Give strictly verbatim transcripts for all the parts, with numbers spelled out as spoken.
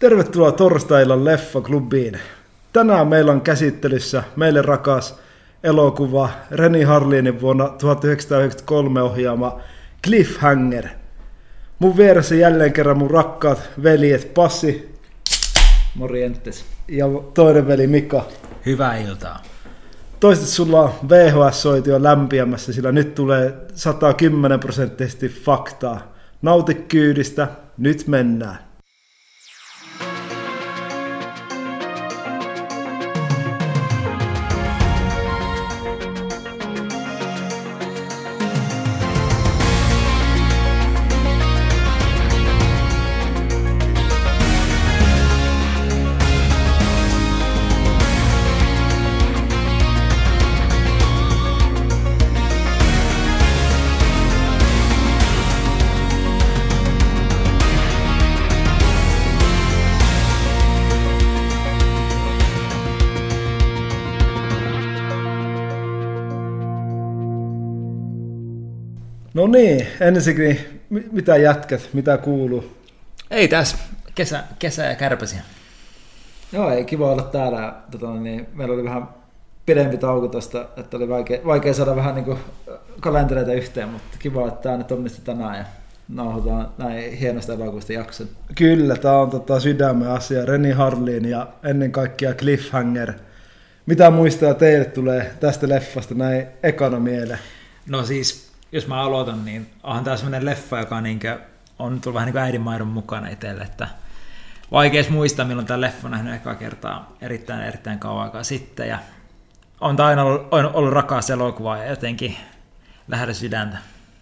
Tervetuloa torstai-illan Leffaklubiin. Tänään meillä on käsittelyssä meille rakas elokuva Renny Harlinin vuonna tuhatyhdeksänsataayhdeksänkymmentäkolme ohjaama Cliffhanger. Mun vieressä jälleen kerran mun rakkaat veljet Passi. Morjentes. Ja toinen veli Mika. Hyvää iltaa. Toiset sulla on V H S-soitio lämpiämässä, sillä nyt tulee sata kymmenen prosenttisesti faktaa. Nauti kyydistä, nyt mennään. No niin, ensinnäkin, mitä jätkät, mitä kuuluu? Ei tässä, kesä, kesä ja kärpäsiä. Joo, ei kiva olla täällä. Tota, niin, meillä oli vähän pidempi tauko tosta, että oli vaikea, vaikea saada vähän niin kuin kalentereita yhteen, mutta kiva, että tämä nyt onnistui tänään ja nauhoitetaan näin hienosta elokuvista jakson. Kyllä, tämä on tota sydämen asia, Renny Harlin ja ennen kaikkea Cliffhanger. Mitä muistaa teille tulee tästä leffasta näin ekana mieleen? No siis, jos mä aloitan, niin onhan tämä sellainen leffa, joka niinkö on tullut vähän niin kuin äidinmaidon mukana itselle, että vaikeus muistaa, milloin tämä leffa on nähnyt ekaa kertaa erittäin erittäin kauan aikaa sitten, ja on tämä aina ollut, on ollut rakas elokuva ja jotenkin lähellä sydäntä.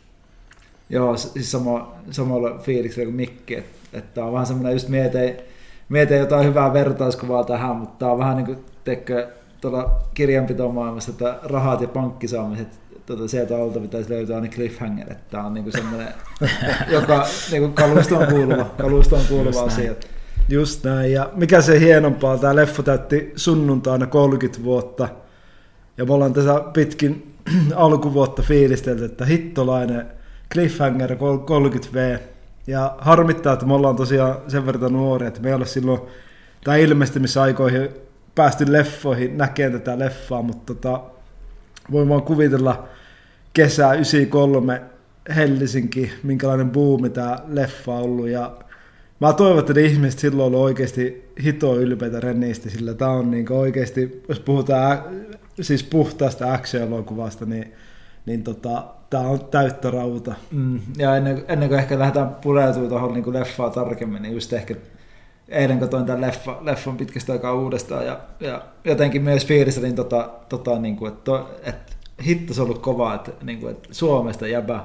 Joo, siis sama, samalla fiiliksellä kuin Mikki, että, että on vähän semmoinen, just mietin, mietin jotain hyvää vertauskuvaa tähän, mutta tämä on vähän niin kuin, tekkö, tuolla kirjanpitomaailmassa, että rahat ja pankkisaamiset, Tota, sieltä alta pitäisi löytää aina Cliffhanger, että tämä on niinku semmoinen, joka niinku kalustoon kuuluva, kalustoon kuuluva asia. Just näin, ja mikä se hienompaa, tämä leffa täytti sunnuntaina kolmekymmentä vuotta, ja me ollaan tässä pitkin alkuvuotta fiilistelty, että hittolainen Cliffhanger kolmekymmentä vuotta, ja harmittaa, että me ollaan tosiaan sen verran nuoria, että me ei ole silloin tämä ilmestymisaikoihin päästy leffoihin näkemään tätä leffaa, mutta tota, voin vaan kuvitella kesä yhdeksänkymmentäkolme Helsinki, minkälainen buumi tämä leffa on ollut. Ja mä toivon, että ne ihmiset silloin on ollut oikeasti hito ylpeitä Rennystä, sillä tämä on niin oikeasti, jos puhutaan ä, siis puhtaasta action-elokuvasta, niin, niin tota, tämä on täyttä rauta. Mm, ja ennen, ennen kuin ehkä lähdetään pureutumaan tuohon niin leffaa tarkemmin, niin just ehkä eilen katsoin tämän leffa, leffan pitkästä aikaa uudestaan ja, ja jotenkin myös fiilistelin, tota, tota, niin kuin, että, että hitto on ollut kova, että, niin kuin, että Suomesta jäbä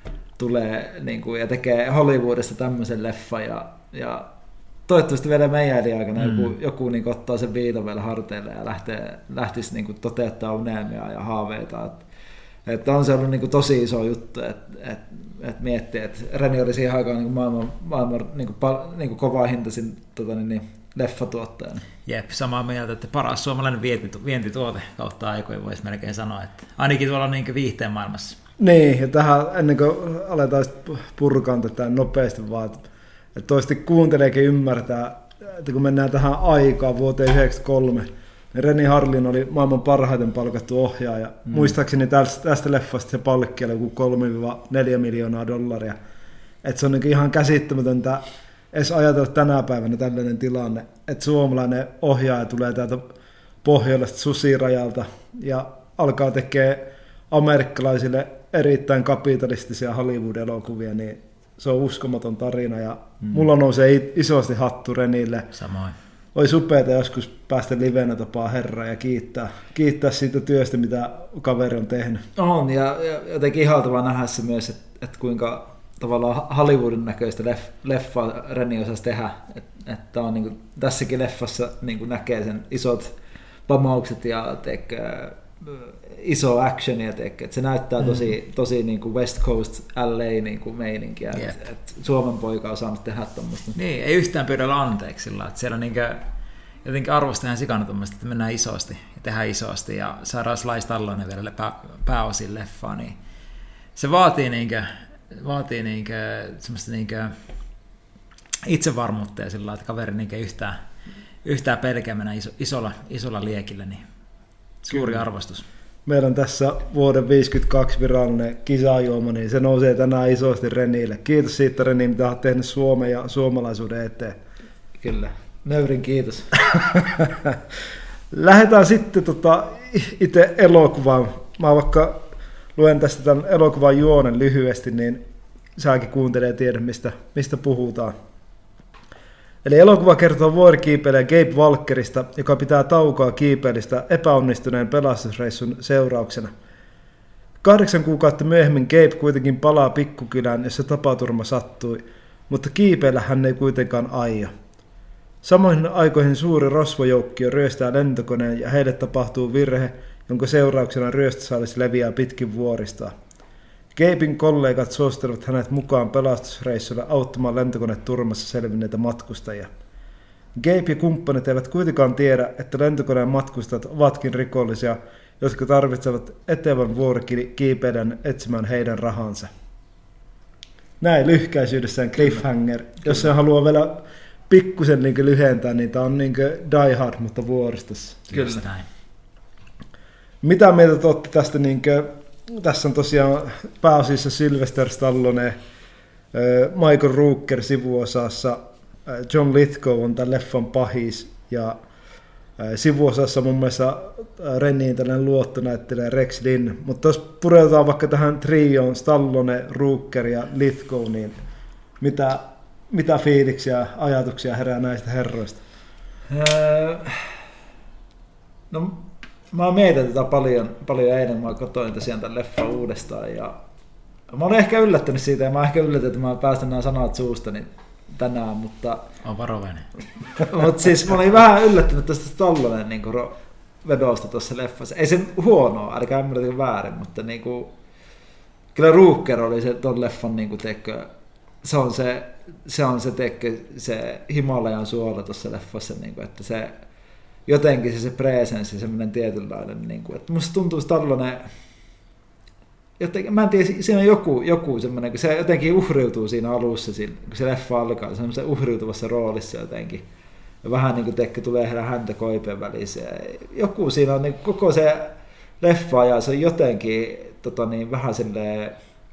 tulee niin kuin, ja tekee Hollywoodista tämmöisen leffan ja, ja toivottavasti vielä meidän aikana mm. joku, joku niin kuin, ottaa sen viiton vielä harteille ja lähtee, lähtisi niin kuin, toteuttaa unelmia ja haaveita. Että, että on se ollut niin kuin, tosi iso juttu, että, että, että miettii, että Renny oli siihen aikaan niin maailman, maailman niin kuin, niin kuin kovaa hintaisin tota, niin, niin, leffatuottajana. Jep, samaa mieltä, että paras suomalainen vientituote kautta aikoja voisi melkein sanoa, että ainakin tuolla niin viihteen maailmassa. Niin, ja tähän ennen kuin aletaan purkaan tätä nopeasti vaan, että toisesti kuunteleekin ymmärtää, että kun mennään tähän aikaan vuoteen yhdeksänkymmentäkolme, niin Renny Harlin oli maailman parhaiten palkattu ohjaaja. Mm. Muistaakseni tästä, tästä leffasta se palkki oli joku kolme neljä miljoonaa dollaria. Että se on niin ihan käsittämätöntä edes ajatella tänä päivänä tällainen tilanne, että suomalainen ohjaaja tulee täältä Pohjolasta susirajalta ja alkaa tekemään amerikkalaisille erittäin kapitalistisia Hollywood-elokuvia, niin se on uskomaton tarina ja mm. mulla nousee isosti hattu Renille. Samoin. Olisi upeata joskus päästä livenä tapaa herraa ja kiittää, kiittää siitä työstä, mitä kaveri on tehnyt. On, ja, ja jotenkin ihaltavaa nähdä se myös, että, että kuinka tavallaan Hollywoodin näköistä leff, leffaa Renny osasi tehdä. Että, että on, niin kuin, tässäkin leffassa niin kuin näkee sen isot pamaukset ja teekö, iso actionia, teekö, että se näyttää tosi, mm. tosi niin kuin West Coast L A niin kuin meininkiä. Yep. Että, että Suomen poika on saanut tehdä tuommoista. Niin, ei yhtään pyydellä anteeksi sillä, että siellä niin kuin jotenkin arvostetaan sikana tuommoista, että mennään isosti ja tehdään isosti ja saadaan Slice Tallonen vielä pää, pääosin leffaa, niin se vaatii, niinkö, vaatii niinkö, semmoista niinkö itsevarmuutta ja sillä että kaveri niin yhtään, yhtään pelkäämänä iso, isolla, isolla liekillä, niin suuri Kyllä. arvostus. Meillä on tässä vuoden viisikymmentäkaksi virallinen kisajuoma, niin se nousee tänään isosti Renille. Kiitos siitä, Reni, mitä olet tehnyt Suomen ja suomalaisuuden eteen. Kyllä, nöyrin kiitos. Lähdetään sitten tota, itse elokuvaan. Mä vaikka luen tästä tämän elokuvan juonen lyhyesti, niin säkin kuuntelee ja tiedä, mistä, mistä puhutaan. Eli elokuva kertoo vuorikiipeilijä Gabe Walkerista, joka pitää taukoa kiipeilistä epäonnistuneen pelastusreissun seurauksena. Kahdeksan kuukautta myöhemmin Gabe kuitenkin palaa pikkukylään, jossa tapaturma sattui, mutta kiipeillä hän ei kuitenkaan aio. Samoihin aikoihin suuri rosvojoukkio ryöstää lentokoneen ja heille tapahtuu virhe, jonka seurauksena ryöstösaalis leviää pitkin vuoristaa. Gaben kollegat suostelevat hänet mukaan pelastusreissulle auttamaan lentokoneturmassa selvinneitä matkustajia. Gabe ja kumppanit eivät kuitenkaan tiedä, että lentokoneen matkustajat ovatkin rikollisia, jotka tarvitsevat etevän vuorikiipeilijän etsimään heidän rahansa. Näin lyhkäisyydessään cliffhanger. Jos se haluaa vielä pikkusen niin lyhentää, niin tämä on niin Die Hard, mutta vuoristossa. Kyllä näin. Mitä mieltä te olette tästä? Niin kuin, tässä on tosiaan pääosissa Sylvester Stallone, Michael Rooker sivuosassa, John Lithgow on tämän leffan pahis, ja sivuosassa mun mielestä Renniin tällainen luottonäyttelijä Rex Lynn. Mutta jos pureutetaan vaikka tähän trioon Stallone, Rooker ja Lithgow, niin mitä, mitä fiiliksiä ja ajatuksia herää näistä herroista? Öö, no, mä oon mietin tätä paljon, paljon eilen, mä katsoin tosiaan tämän leffan uudestaan, ja mä olen ehkä yllättänyt siitä, ja mä ehkä yllätän, että mä päästän nämä sanat suustani tänään, mutta... On varovainen. Mutta siis mä olin vähän yllättynyt tästä Stalloneen niin vedosta tuossa leffassa. Ei se huonoa, älkää ymmärtäkö väärin, mutta niin kuin, kyllä Rooker oli se ton leffan niin kuin tekö, se on se, se, on se, tekö, se Himalajan suola tuossa leffassa, niin kuin, että se jotenkin se, se presenssi, semmoinen tietynlainen, niin kuin, että musta tuntuu Stallone, jotenkin, mä en tiedä, siinä on joku, joku semmoinen, kun se jotenkin uhriutuu siinä alussa, siinä, kun se leffa alkaa, se on se uhriutuvassa roolissa jotenkin. Ja vähän niin kuin tekee, tulee heidän häntä koipeen väliseen. Joku siinä on, niin koko se leffa ja se on jotenkin tota niin, vähän silleen,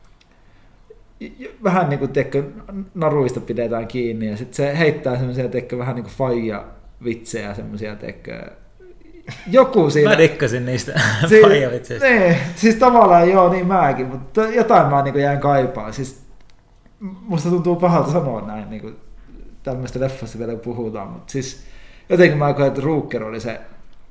vähän niin kuin tekee, naruista pidetään kiinni ja sitten se heittää semmoisia tekee vähän niin kuin faija-vitsejä, semmoisia tekee. Joku siinä. Mä dikkasin niistä si- faijavitseistä. Niin, siis tavallaan joo, niin mäkin, mutta jotain mä niin jään kaipaan. Siis, musta tuntuu pahalta sanoa näin, niin kuin tämmöistä leffasta vielä puhutaan, mutta siis jotenkin mä koen, että Rooker oli se,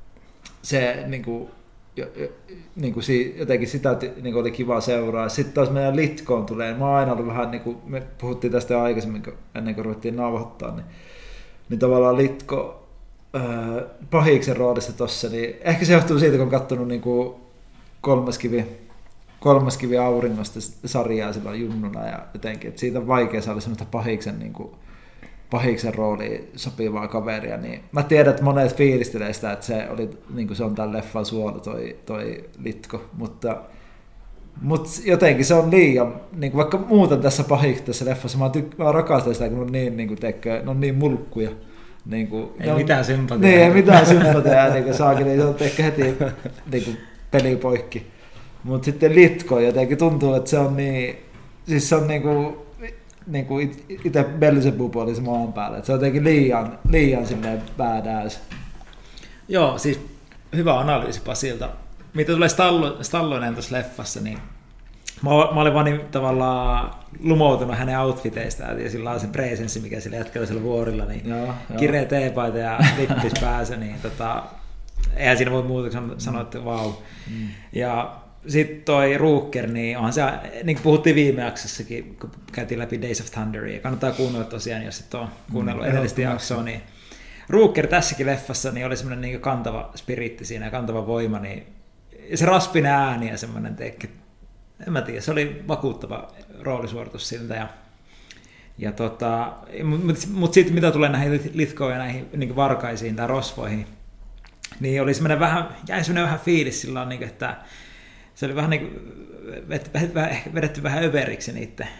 se niin kuin, jo, jo, niin kuin si, jotenkin sitä niin kuin oli kiva seuraa. Sitten taas meidän Litkoon tulee, mä oon aina ollut vähän, niin kuin me puhuttiin tästä jo aikaisemmin, ennen kuin ruvettiin nauhoittaa, niin, niin tavallaan Litko pahiksen roolissa tossa, niin ehkä se johtuu siitä, kun on katsonut niinku kolmas kivi, kolmas kivi auringosta sarjaa silloin junnuna ja jotenkin, että siitä on vaikea saada semmoista pahiksen, niinku, pahiksen rooliin sopivaa kaveria, niin mä tiedän, että monet fiilistelee sitä, että se, oli, niinku se on tämän leffan suola toi, toi Litko, mutta Mutta jotenkin se on liian, niin vaikka muuten tässä pahiksi tässä leffassa, mä, tyk- mä rakastan sitä, kun on niin, niin, tekee, ne on niin mulkkuja. Niin kuin, ei on, mitään sympatiaa. Niin, ei mitään sympatiaa, niin saakin, niin se on ehkä heti niin kuin peli poikki. Mutta sitten Litko jotenkin tuntuu, että se on niin, siis se on niin kuin, niin kuin itse Beelzebub olisi maan päällä, että se on jotenkin liian, liian silleen badass. Joo, siis hyvä analyysi Pasilta. Mitä tulee Stalloneen tuossa leffassa, niin mä, mä olin vaan niin tavallaan lumoutunut hänen outfiteistaan ja sillä on se presenssi, mikä sillä jätkällä siellä vuorilla, niin joo, kireä teepaita ja lippis päässä, niin tota, eihän siinä voi muuta sanoa, että vau. Mm. Ja sitten toi Rooker, niin onhan se, niin kuin puhuttiin viime jaksossakin, kun käytiin läpi Days of Thunderia, kannattaa kuunnella tosiaan, jos et ole kuunnellut mm, edellistä jaksoa, niin Rooker tässäkin leffassa niin oli semmoinen niin kantava spiritti siinä ja kantava voima, niin se raspinen ääni ja semmoinen teikki, en mä tiedä, se oli vakuuttava roolisuoritus siltä. Ja, ja tota, mutta mut sitten mitä tulee näihin Lithgow ja näihin niin varkaisiin tai rosvoihin, niin oli semmoinen vähän, jäi semmoinen vähän fiilis silloin, niin, että se oli vähän niin vedetty vähän överiksi niiden,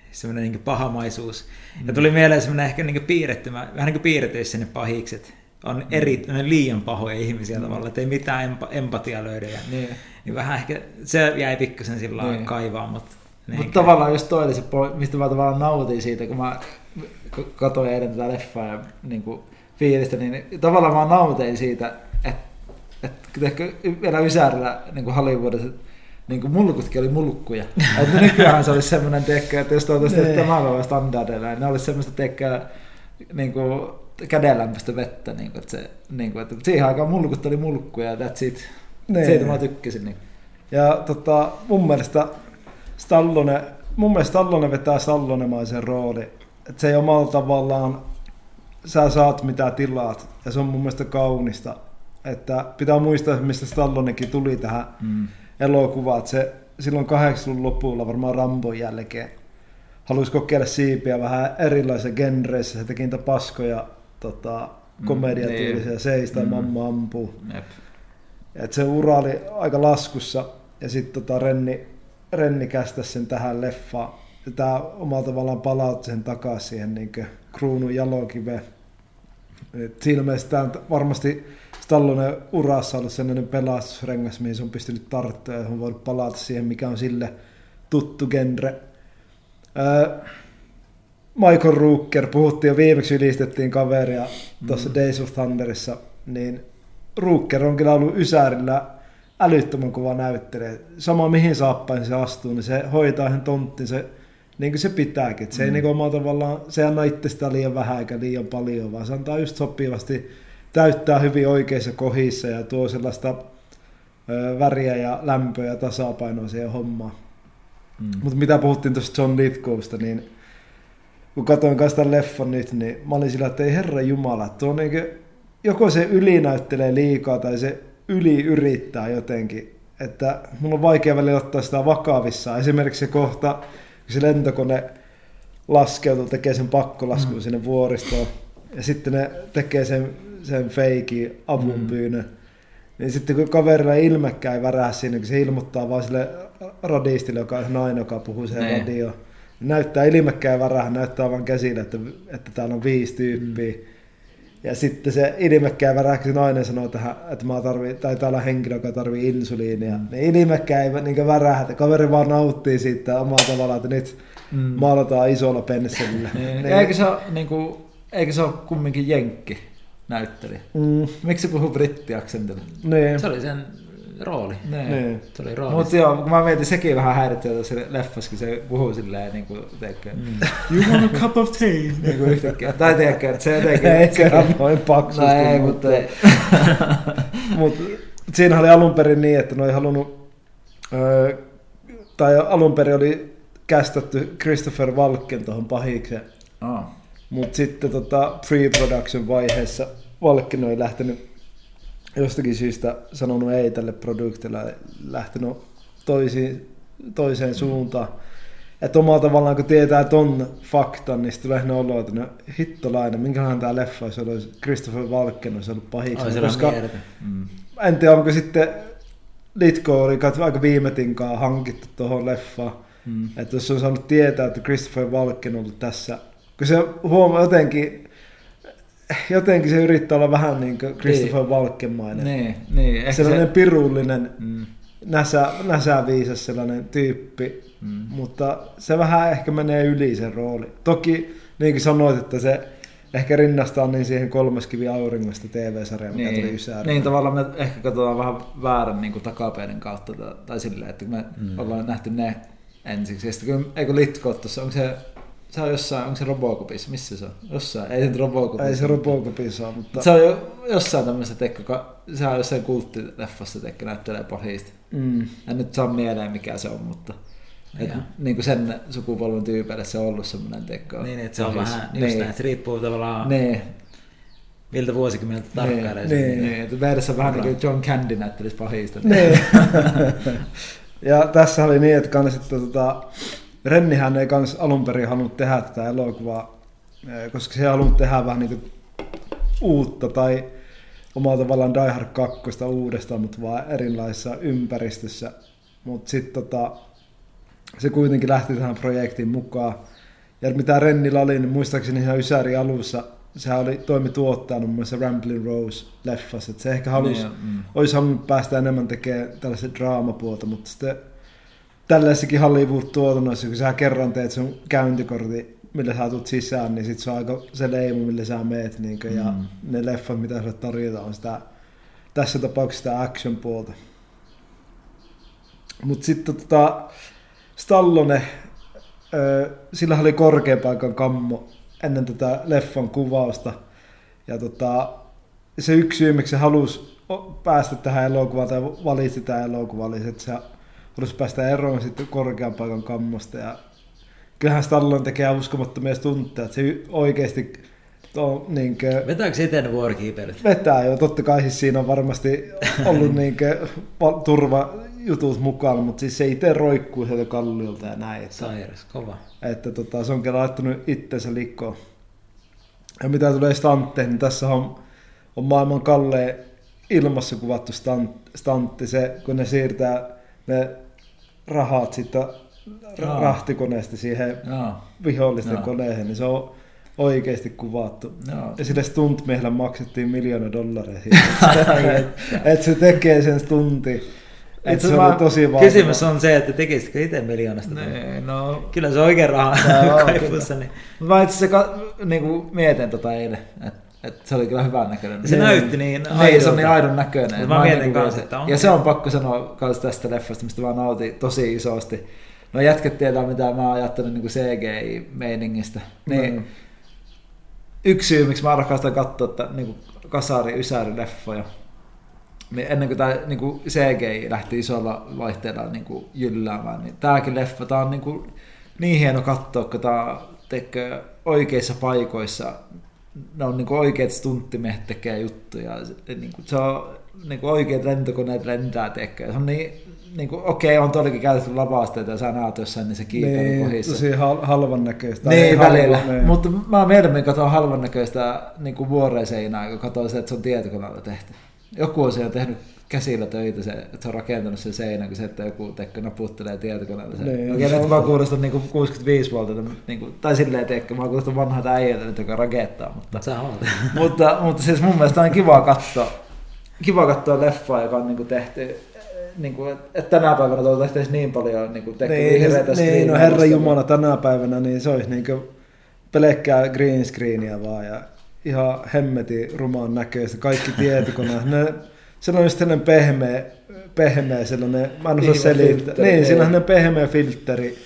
semmoinen niin pahamaisuus. Mm. Ja tuli mieleen semmoinen ehkä niin piirretty, vähän niin kuin piirretyissä ne pahikset. On eri, liian pahoja ihmisiä mm. tavallaan, että ei mitään empa- empatiaa löydä. Ja, niin. niin vähän ehkä se jäi pikkusen sillä niin. kaivaa. Mutta Mut tavallaan just toi oli se, mistä mä tavallaan nautin siitä, kun mä katsoin eilen tätä leffaa ja niin kuin fiilistä, niin tavallaan mä nautin siitä, että että vielä Ysärillä niin Hollywoodissa niin kuin mulkutkin oli mulkkuja. Että nykyään se olisi semmoinen tekkä, että jos toivottavasti että tämän päivän standardilla, niin ne olisi semmoista tekkä niin kuin kädenlämpöistä vettä. Niin kuin, että se, niin kuin, että siihen aikaan mulkut oli mulkkuja ja that's it. Nee. Siitä mä tykkäsin. Niin. Ja tota, mun mielestä Stallone, mun mielestä Stallone vetää Stallonemaisen rooli. Että se ei omalla tavallaan, sä saat mitä tilaat ja se on mun mielestä kaunista. Että pitää muistaa, mistä Stallonekin tuli tähän mm. elokuvaan. Se silloin kahdeksankymmentäluvun lopulla varmaan Rambon jälkeen halusi kokeilla siipiä vähän erilaisissa genreissä. Se teki niitä paskoja tota, komediatyylisiä, mm, seistä ja mm. mamma ampuu. Et se ura oli aika laskussa ja sitten tota Renni, Renni kästäsi sen tähän leffaan. Ja tää omalla tavallaan palautti sen takaisin siihen niin kruunun jalokiveen. Ilmeisesti tämä varmasti Stallone urassa ollut sellainen pelastusrengas, mihin se on pystynyt tarttua ja on voinut palata siihen, mikä on sille tuttu genre. Ää, Michael Rooker, puhuttiin jo viimeksi, ylistettiin kaveria tuossa mm. Days of Thunderissa, niin Rooker on kyllä ollut Ysärillä älyttömän kova näyttelijä. Sama mihin saappain se astuu, niin se hoitaa ihan tontti, se, niin kuin se pitääkin. Se mm. ei niin omalla tavallaan, se anna itsestään liian vähän eikä liian paljon, vaan se antaa just sopivasti, täyttää hyvin oikeissa kohdissa ja tuo sellaista ö, väriä ja lämpöä ja tasapainoa siihen hommaan. Mm. Mutta mitä puhuttiin tuosta John Lithgowsta, niin kun katsoin kanssa tämän leffan nyt, niin mä olin sillä, että ei herra jumala, että tuo niin kuin, joko se ylinäyttelee liikaa tai se yli yrittää jotenkin, että mun on vaikea välillä ottaa sitä vakavissaan. Esimerkiksi se kohta, kun se lentokone laskeutuu, tekee sen pakkolaskun mm. sinne vuoristoon ja sitten ne tekee sen sen feikin avunpyynnön. Mm. Niin sitten kun kaverilla ilmekään ei värähä siinä, kun se ilmoittaa vaan sille radistille, joka on nainen, joka puhuu siihen radioon. Näyttää ilmekään ei värähä, näyttää vaan käsille, että, että täällä on viisi tyyppiä. Mm. Ja sitten se ilmekään ei värähä, kun se nainen sanoo tähän, että mä tarvii, tai täällä on henkilö, joka tarvii insuliinia. Mm. Niin ilmekään ei niin värähä, että kaveri vaan nauttii siitä omalla tavallaan, että nyt mm. maalataan isolla pensselillä. niin. Eikö se ole, niin kuin, eikö se ole kumminkin jenkki? Näytteli. Mm. Miksi se puhuu brittiaksentilla? Niin. Se oli sen rooli. Niin. Se oli rooli. Mutta joo, kun mä mietin, sekin vähän häirittää tuossa leffassa, kun se puhuu silleen niin kuin, teekö, mm. you want a cup of tea? niin kuin yhtäkkiä. Tai teekö, että se jotenkin... Ei kerran noin paksusti. No ei, mutta ei. Mutta siinä oli alun perin niin, että ne oli halunnut, öö, tai alun perin oli kästetty Christopher Walken tuohon pahikseen. Oh. Mutta sitten tota pre-production vaiheessa Valkkin oli lähtenyt jostakin syystä sanonut ei tälle produktille, lähtenyt toisiin, toiseen suuntaan. Että omalla tavallaan kun tietää ton faktan, niin sitten tulee ne olo, että no hittolainen, minkälainen tää leffa olisi ollut, Christopher Walken olisi ollut pahiksi. Koska mm. en tiedä, onko sitten Lithgow oli aika viimetinkaan hankittu tuohon leffaan. Mm. Että jos on saanut tietää, että Christopher Walken on ollut tässä. Kun se huomaa jotenkin, jotenkin se yrittää olla vähän niin kuin Christopher niin. Walken-mainen. Niin, niin. Sellainen se... pirullinen, mm. näsä, näsäviisas sellainen tyyppi, mm. mutta se vähän ehkä menee yli sen rooli. Toki niin kuin sanoit, että se ehkä rinnastaa niin siihen Kolmeskivi auringosta T V-sarjaan, mikä niin. tuli Ysärillä. Niin, tavallaan me ehkä katsotaan vähän väärän niin kuin takapeilin kautta tai silleen, että me mm. ollaan nähty ne ensiksi. Ja sitten kun, eikö Lithgow tuossa, onko se... Se on jossain, onko se Robocopissa? Missä se on? Jossain, ei se Robocopissa. Ei se Robocopissa ole, mutta... Se on jo, jossain tämmöisessä tekko, se on jossain kulttileffassa tekko, näyttelee pahista. Mm. En nyt saa mieleen mikä se on, mutta et, niin kuin sen sukupolven tyypeille se on ollut semmoinen tekko. Niin, että se on vähän just niin. Näin, että riippuu tavallaan niin. miltä vuosikymmeneltä tarkkailee. Niin, niin. niin. Että meidässä vähän niin kuin John Candy näyttelisi pahista. Niin. Ja tässä oli niin, että kannattaa tota... Rennihän ei kans alun perin halunnut tehdä tätä elokuvaa, koska se ei halunnut tehdä vähän niin kuin uutta tai omalla tavallaan Die Hard kaksi uudestaan, mutta vaan erilaisessa ympäristössä. Mutta sitten tota, se kuitenkin lähti tähän projektiin mukaan. Ja mitä Rennillä oli, niin muistaakseni ihan Ysäri alussa, sehän oli toimi tuottajana muun muassa Ramblin' Rose-leffassa, että se ehkä halusi, niin, mm. olisi halunnut päästä enemmän tekemään tällaista draamapuolta, mutta sitten tällaisessakin Hollywood-tuotannossa, kun sä kerran teet sun käyntikortin, millä sä tulet sisään, niin sit se on aika se leimu, millä sä meet, niin kuin, mm. ja ne leffat, mitä sulle tarjotaan, on sitä, tässä tapauksessa sitä action-puolta. Mutta sitten tota, Stallone, ö, sillä oli korkean paikan kammo ennen tätä leffan kuvausta, ja tota, se yksi syy, miksi se halusi päästä tähän elokuvaan, tai valitsi tähän elokuvaan, oli se, että se halusi päästä eroon sitten korkean paikan kammosta, ja kyllähän Stallone tekee uskomattomia stuntteja, että se oikeasti on niinkö... Vetääkö se eteen vuorikiipeilyt? Vetää jo, totta kai siis siinä on varmasti ollut niinkö turvajutut mukana, mutta siis se itse roikkuu sieltä kalliolta ja näin. Että, Sairas, kova. Että tota, se on kyllä laittanut itsensä likoon. Ja mitä tulee stuntteihin, niin tässä on, on maailman kallein ilmassa kuvattu stuntti, se kun ne siirtää ne rahat sitten Ra- rahtikoneesta siihen no. vihollisten no. koneeseen, niin se on oikeasti kuvattu. No. Ja sille stuntmiehelle maksettiin miljoona dollaria siitä, että se tekee sen stuntin. Että se oli tosi vaativa. Kysymys on se, että tekisitkö itse miljoonasta? Nee, no. Kyllä se oikein rahaa kaipuussa. Niin. Mä itse asiassa niin mietin tota eilen, että et se oli kyllä hyvän näköinen. Se niin, näytti niin aidolta. Niin, se on niin aidon näköinen. Mä, mä mietin niin kanssa, että on. Ja se on pakko sanoa myös tästä leffasta, mistä mä nautin tosi isosti. No jätkät tietää, mitä mä ajattelen niin C G I-meiningistä. Niin, mm. Yksi syy, miksi mä rakastan katsoa että, niin kasari-ysäri-leffoja, ennen kuin tämä niin kuin C G I lähti isolla vaihteella niin kuin jylläämään, niin tämäkin leffa, tämä on niin, kuin, niin hieno katsoa, kun tämä tekee oikeissa paikoissa, ne on niin kuin oikeat stunttimiehet tekee juttuja, niin kuin, se on niin kuin oikeat lentokoneet lentää tekee, se on niin, niin kuin, okei, on todellakin käytetty lavasteita ja sä näet jossain, niin se kiipeilee niin, kohissa. Tosi hal- halvan näköistä. Niin, välillä. Halva, mutta mä mieluummin katson halvan näköistä niin vuoreiseinää, kun katson se, että se on tietokoneella tehty. Joku on siellä tehnyt käsillä töitä, se, että se on rakentanut sen seinän, kun se, että joku tekkö naputtelee tietokoneella sen. Niin, okei, nyt mä kuulostan niin kuusikymmentäviisi vuotta, niin kuin, tai silleen tekkö, mä kuulostan vanhalta äijältä nyt, joka rakettaa. Mutta, sä oot. mutta, mutta siis mun mielestä on kiva katsoa, kiva katsoa leffaa, joka on niin kuin tehty, niin kuin, että tänä päivänä tuolta tehtäisiin niin paljon niin kuin niin, vihreitä niin, no herra jumala tänä päivänä, niin se olisi niin kuin pelkkää green screenia vaan ja ihan hemmetin rumaan näköistä, kaikki tietokoneet. Ne, se on just sellainen pehmeä, pehmeä sellainen, mä en osaa selittää. Niin, siinä on sellainen pehmeä filtteri.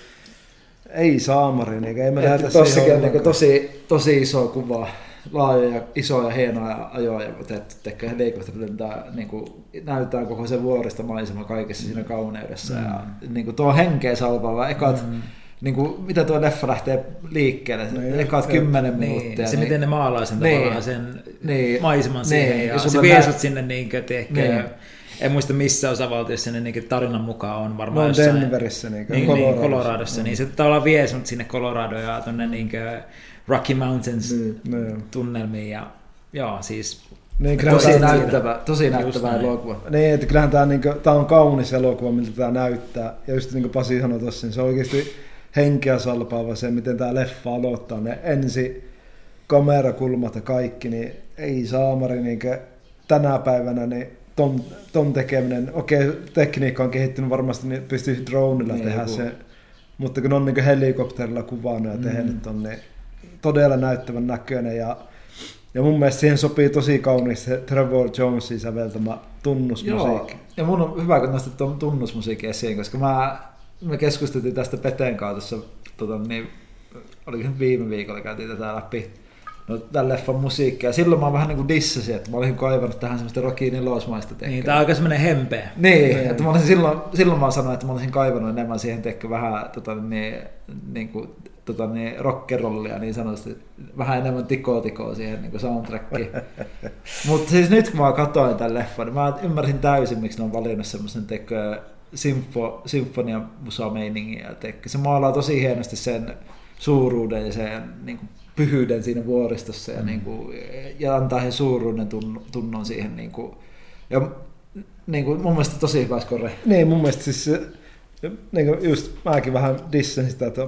Ei saamari, niin ei me lähdetä siihen. Niin tosi, tosi iso kuva, laajoja, isoja, hienoja ajoja, otettu tekee helikopterilla, niin näytetään koko se vuoristomaisema kaikessa siinä kauneudessa. Mm. Ja, niin kuin tuo henkeä salvaava, ekat, mm. niin kuin, mitä tuo leffa lähtee liikkeelle, no, ekat kymmenen niin, minuuttia. Se niin, miten ne maalaa sen niin, tavallaan sen niin, maiseman niin, siihen, ja, ja se vie sut sinne niin kuin, niin. En muista missä osavaltiossa ne niin tarinan mukaan on varmaan no, jossain. Denverissä, niin, niin, Coloradossa. Niin, Coloradossa mm. niin se tavallaan vie sut sinne Coloradoon ja tuonne niin Rocky Mountains mm. tunnelmiin ja joo, siis niin, tosi näyttävä, tosi näyttävä elokuva. Niin, että kyllähän tämä, niin kuin, tämä on kaunis elokuva, miltä tämä näyttää. Ja just niin kuin Pasi sanoi tuossa, niin se on oikeasti henkeä salpaava se, miten tämä leffa aloittaa. Ne ensi kamerakulmat ja kaikki, niin ei saamari niin tänä päivänä, niin ton, ton tekeminen, okei, tekniikka on kehittynyt varmasti, niin pystyy dronella niin, tehdä se, mutta kun on niin helikopterilla kuvannut ja mm. tehnyt ton, niin todella näyttävän näköinen ja Ja mun mielestä siihen sopii tosi kauniisti se Trevor Jonesin säveltämä tunnusmusiikki. Joo, ja mun on hyvä, kun nostit tuon tunnusmusiikin esiin, koska mä, me keskusteltiin tästä Peten kanssa, tota, niin, oliko nyt viime viikolla käytiin tätä läpi, no, tämän leffan musiikkia. Ja silloin mä vähän niin kuin dissasin, että mä olisin kaivannut tähän semmoista Rocky nelosmaista tekemään. Niin, tää on aika semmoinen hempeä. Niin, niin. Että mä olisin silloin, silloin mä sanoin, että mä olisin kaivannut enemmän siihen tekemään vähän tota, niin, niin kuin, tota, niin, rockerollia niin sanotusti, vähän enemmän tiko-tikoa siihen niin soundtrackiin. Mutta siis nyt kun mä katsoin tämän leffan, niin mä ymmärsin täysin, miksi ne on valinnut semmoisen tekö symfo, symfonian musa-meiningiä. Se maalaa tosi hienosti sen suuruuden ja sen niin kuin, pyhyyden siinä vuoristossa ja, mm. niin kuin, ja antaa he suuruuden tunnon siihen. Niin kuin, ja niin kuin, mun mielestä tosi hyvä skore. Niin, mun mielestä siis niin kuin just mäkin vähän dissasin sitä, että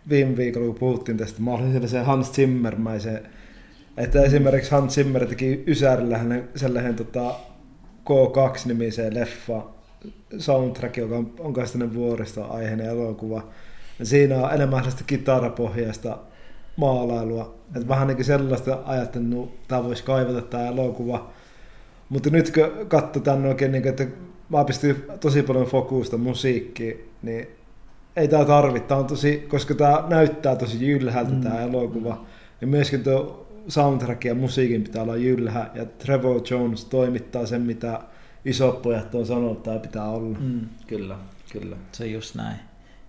viime viikolla, kun puhuttiin tästä, mä olin sellaisen Hans Zimmermäisen, että esimerkiksi Hans Zimmer teki Ysärillä sellainen tota, K kaksi-nimiseen leffa soundtrack, joka on, on kanssa tämmöinen vuoristoaiheinen elokuva. Ja siinä on enemmän sellaista kitarapohjaista maalailua. Että vähän niin kuin sellaista ajattelin, että tämä voisi kaivata tämä elokuva. Mutta nyt kun katsotaan oikein, niin kuin, että mä pistyn tosi paljon fokusta musiikkiin, niin ei tämä tarvitse. Tämä on tosi, koska tämä näyttää tosi jylhältä mm. tämä elokuva. Ja myöskin tuo soundtrack ja musiikin pitää olla jylhä. Ja Trevor Jones toimittaa sen, mitä isopojat on sanonut, että tämä pitää olla. Mm, kyllä, kyllä. Se on just näin.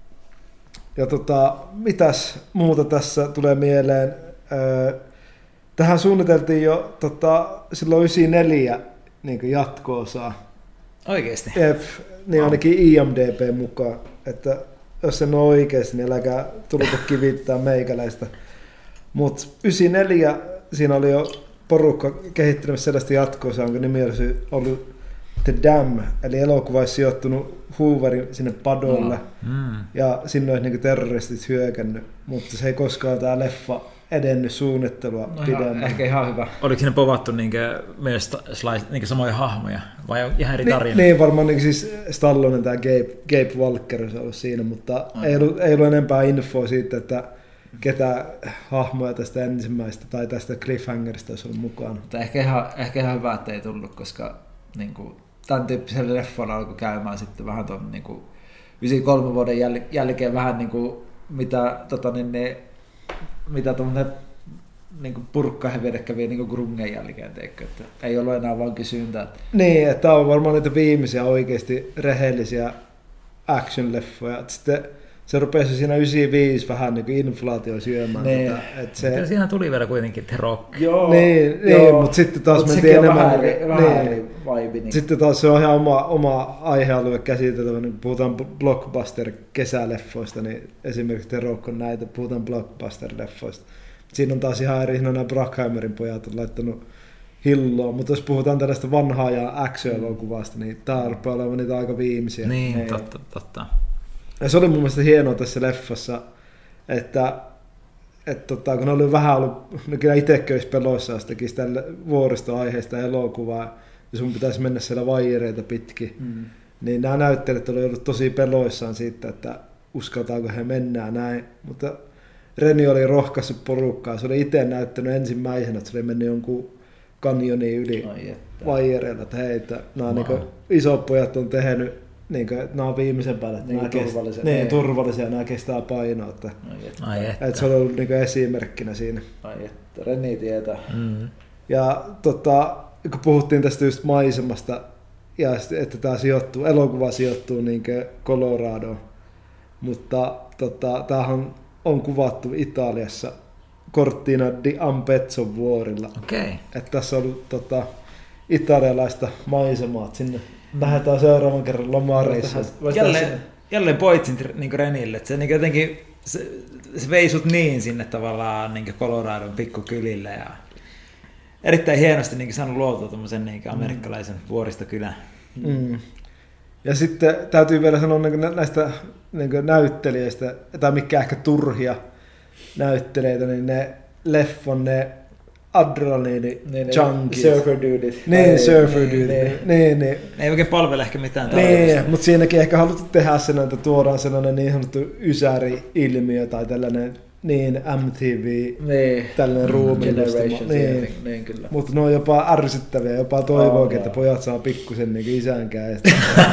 Ja tota, mitäs muuta tässä tulee mieleen? Öö, tähän suunniteltiin jo tota, silloin yhdeksänkymmentäneljä niin jatko-osaa. Oikeesti? Jep, niin ainakin I M D B mukaan. Että jos se on oikeasti, niin äläkää tulko kivittää meikäläistä. Mutta yhdeksänkymmentäneljä siinä oli jo porukka kehittelemässä sellaista jatko-osaa, jonka nimi olisi ollut The Dam, eli elokuva olisi sijoittunut Hooverin sinne padolle, mm. ja sinne olisi niin terroristit hyökännyt, mutta se ei koskaan tämä leffa edennyt suunnittelua no pidemmän. Ehkä ihan hyvä. Oliko sinne povattu niinkö myös slice, niinkö samoja hahmoja, vai ihan eri tarina? Niin, niin varmaan niin siis Stallonen, tämä Gabe, Gabe Walker olisi ollut siinä, mutta mm. ei, ollut, ei ollut enempää infoa siitä, että ketä hahmoja tästä ensimmäistä tai tästä cliffhangerista olisi ollut mukana. Mutta ehkä ihan, ehkä ihan hyvä, että ei tullut, koska niin kuin, tämän tyyppisellä leffalla alkoi käymään sitten vähän tuon niin kuin yhdeksänkymmentäkolme vuoden jäl, jälkeen vähän niin kuin, mitä tota, niin, ne, mitä tuommoinen niin kuin purkkaheviede kävi niin kuin grungen jälkeen, teikö, että ei ollut enää vaan kysyntää. Niin, että tämä on varmaan niitä viimeisiä oikeasti rehellisiä action-leffoja. Sitten se rupesi siinä yhdeksänkymmentäviisi vähän niin kuin inflaatio syömään. Niin. Tätä, että se... Siinä tuli vielä kuitenkin The Rock. Joo, niin, niin mutta sitten taas mut mentiin enemmän... Vähän eri, vähän niin. eri vibe, niin. Sitten taas se on ihan oma, oma aihealue käsiteltävä, niin puhutaan blockbuster-kesäleffoista, niin esimerkiksi The Rock on näitä, puhutaan blockbuster-leffoista. Siinä on taas ihan eri, nämä Brackheimerin pojat on laittanut hilloa, mutta jos puhutaan tällaista vanhaa ja action-elokuvasta, niin tämä rupeaa olemaan niitä aika viimeisiä. Niin, niin. totta, totta. Ja se oli mun mielestä hienoa tässä leffassa, että, että tota, kun ne oli vähän ollut, no kyllä itsekin olisi peloissaan, jos tekisi tällä vuoristoaiheesta elokuvaa, ja sun pitäisi mennä siellä vaijereita pitkin, mm. niin nämä näyttelijät oli ollut tosi peloissaan siitä, että uskaltaako he mennä näin, mutta Reni oli rohkaissut porukkaa, se oli itse näyttänyt ensimmäisenä, että se oli mennyt jonkun kanjoniin yli vaijereilla, että hei, että nämä wow. niin isot pojat on tehnyt, niin kuin, että nämä on viimeisen päälle, että niin nämä turvallisia, niin, turvallisia, nämä kestää painoa. Että, Ai että. että se on ollut niin kuin esimerkkinä siinä. Ai että, Reni tietää. Mm. Ja tota, kun puhuttiin tästä just maisemasta, ja että tämä sijoittuu, elokuva sijoittuu niin kuin Coloradoon, mutta tota, tämähän on kuvattu Italiassa Cortina di Ampezzo vuorilla. Okay. Että tässä on ollut tota, italialaista maisemaa, sinne lähdetään seuraavan kerran lomareissuun. Jälleen, jälleen poitsin niin Renille, että se niin jotenkin se, se vei sut niin sinne tavallaan niin Coloradon pikkukylille ja erittäin hienosti niin saanut luotua tuommoisen niin amerikkalaisen vuoristokylän. Mm. Ja sitten täytyy vielä sanoa niin näistä niin näyttelijöistä, tai mikä ehkä turhia näyttelijöitä, niin ne leffon ne adrenaliini junkit. Surfer dudit. Niin, surfer dudit. Niin, niin. niin. Ei oikein palvele ehkä mitään niin, mutta siinäkin ehkä haluttu tehdä sen, että tuodaan sellainen niin sanottu ysäri-ilmiö tai tällainen niin M T V, niin. tällainen ruumiillistuma. Niin. Niin, kyllä. Mutta ne on jopa ärsyttäviä, jopa toivookin, oh, että pojat saa pikkusen niin isän käestä.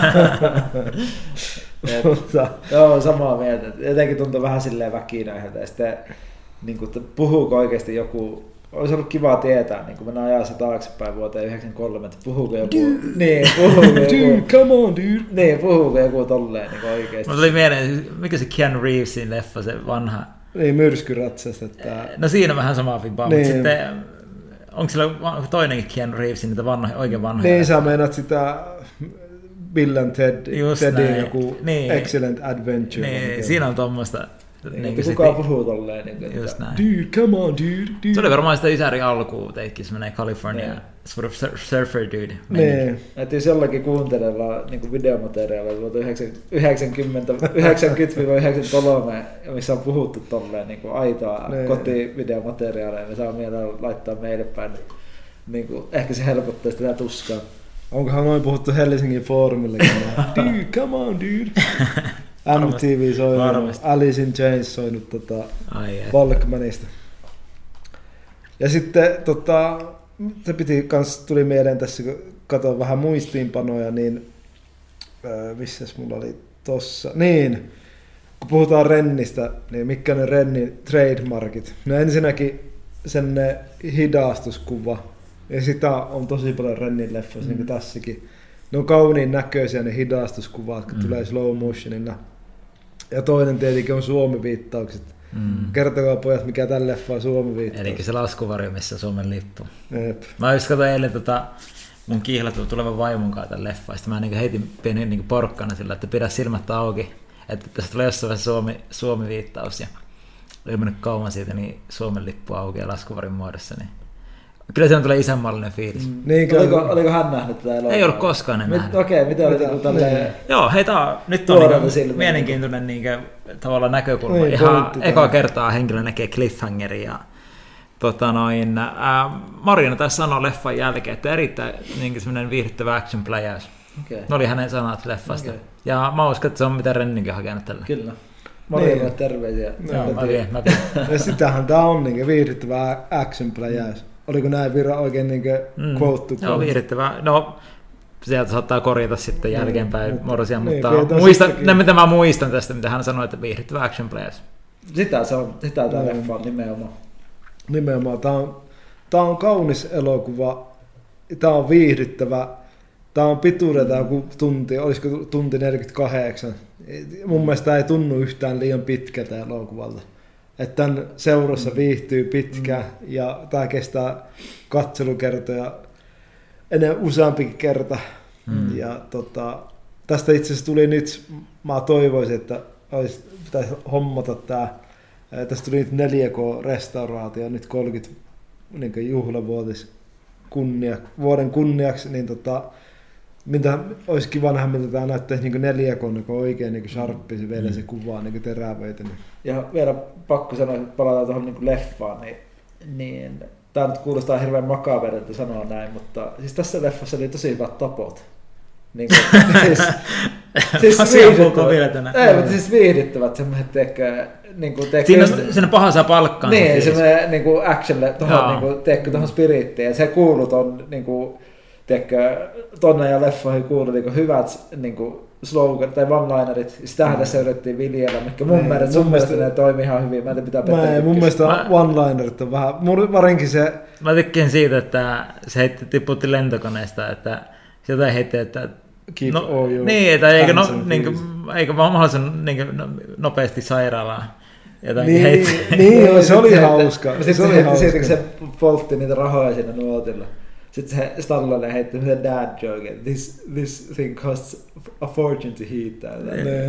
Mutta, joo, samaa mieltä. Jotenkin tuntuu vähän silleen väkinäiseltä. Ja sitten, niin kuin, että puhuuko oikeasti joku, olisi ollut kiva tietää, niin kun mennään ajassa taaksepäin vuoteen yhdeksänkymmentäkolme, että puhuuko joku, niin, puhuuko joku, dude, come on, dude. Niin, puhuuko joku tolleen niin oikeasti. Mulla tuli mieleen, mikä se Keanu Reevesin leffa, se vanha. Niin, myrskyratsasta. Että... No siinä vähän samaa vimpaa, niin. mutta sitten onko sillä toinenkin Keanu Reevesin, niitä vanha, oikein vanhoja? Niin, sä meinaat sitä Bill and Ted, Just Tedin näin. joku niin. Excellent Adventure. Niin, siinä on tuommoista. Niin, niin kukaan puhuu tolleen. Niin, just näin. Dude, come on, dude, dude. Se oli varmaan sitä Ysärin alkuun, teikin semmoinen California yeah. sort of surfer dude. Niin. Että jos jollakin kuuntelemaan niin videomateriaalia vuotta yhdeksänkymmentä yhdeksänkymmentä missä on puhuttu tolleen niin aitoa niin. kotivideomateriaalia, niin saa mielellä laittaa meille päin. Niin kuin, ehkä se helpottaisi tätä tuskaa. Onkohan noin puhuttu Helsingin foorumillekin? Dude, come on, dude. M T V soinut, Alice in Chains soinut tota, Walkmanista. Ja sitten tota, se piti kans, tuli mieleen tässä, kun katsoin vähän muistiinpanoja, niin äh, missäs mulla oli tossa, niin kun puhutaan Rennistä, niin mitkä ne Rennin trademarkit? No ensinnäkin sen hidastuskuva, ja sitä on tosi paljon Rennin leffoissa, mm. niin kuin tässäkin. Ne on kauniin näköisiä ne hidastuskuvat, kun mm. tulee slow motionilla. Ja toinen tietenkin on Suomi-viittaukset. Mm. Kertokaa pojat, mikä tällä leffa on Suomi-viittaus. Eli se laskuvarjo, missä Suomen lippu. Jep. Mä just katsoin eilen tota, mun kiihlattu tulevan vaimon kanssa tämän leffan. Sitten mä niin heitin pienen niin porkkana sillä, että pidä silmät auki. Että tässä tulee jossain vaiheessa Suomi, Suomi-viittaus. Ja oli mennyt kauan siitä, niin Suomen lippu auki ja laskuvarjon muodossa. Niin kyllä se on tulee isänmaallinen fiilis. Mm. Niin, oliko, oliko hän nähnyt tätä elokuvaa? Ei ollut koskaan enää. Okei, okay, mitä oli niinku tälleen? Joo, hei, tää on, nyt on niinku mielenkiintoinen niinku, tavallaan näkökulma. Niin, ihan ekaa kertaa henkilö näkee cliffhangerin. Ja, tota noin, ää, Marjana tässä sanoi leffan jälkeen, että erittäin niinku semmoinen viihdyttävä action pläjäys. Okay. Ne oli hänen sanat leffasta. Okay. Ja mä uskon, että se on mitä Renninkin hakenut tällä. Kyllä. Marjana niin. Terveisiä. Joo, mä vien, mä vien. Ja sitähän tää on niinku viihdyttävä action pläjäys. Oliko näin virra oikein niin kuin quote to Joo, viihdyttävää. No, sieltä saattaa korjata sitten jälkeenpäin mm, Morsia, niin, mutta muistan, ne, mitä mä muistan tästä, mitä hän sanoi, että viihdyttävä action players. Sitä se on, sitä tämä leffa on nimenomaan. Nimenomaan. Tämä on, tämä on kaunis elokuva, tämä on viihdyttävä, tämä on pituudelta joku tunti, olisiko tunti neljäkymmentäkahdeksan. Mun mielestä tämä ei tunnu yhtään liian pitkältä elokuvalta. Että tämän seurassa viihtyy pitkään mm. ja tämä kestää katselukertoja ennen useampikin kerta. Mm. Ja tota, tästä itse asiassa tuli nyt, mä toivoisin, että olisi, pitäisi hommata tämä. Tästä tuli nyt neljä K-restauraatio, nyt kolmekymmentä niin juhlavuotis kunnia, vuoden kunniaksi, niin tota, mitä olisi kiva nähdä, mitä tämä näyttäisi niin neljä K, niin oikein niin sharppisi vielä mm. se kuva niin terävöitä. Niin. Ja vielä pakko sanoa, että palataan tuohon niin leffaan, niin, niin tämä nyt kuulostaa hirveän makaberilta sanoa näin, mutta siis tässä leffassa oli tosi hyvät tapot. Niin kuin, siis, siis viihdyttävät. Ei, mutta siis viihdyttävät semmoiset tekee. Niin kuin tekee siinä on sen paha saa palkkaan. Niin, semmoinen niin kuin actionle tuohon niin kuin tekee tuohon spirittiin ja se kuuluu ton niin kuin tekee tonne ja leffoihin kuuluu niin kuin hyvät niin kuin slogan tai one-linerit. Sitähän mm. tässä yritettiin viljellä, mikä mun mielestä sun mielestä ne toimii ihan hyvin. Mä en tiedä, pitää Mä, mun mielestä mä, one-linerit on vähän, varinkin se... Mä tykkään siitä, että se heitti, tiputti lentokoneesta, että sieltä heitti, että... Keep no, all your niin, että eikö, no, niin, eikö vaan mahdollisimman niin, nopeasti sairaalaan. Niin, heitti. Niin, se oli hauska. Sitten se, se, se, se, se poltti niitä rahoja siinä nuotilla. Sitten se Stallone heitti sen dad joke, this, this thing costs a fortune to heat.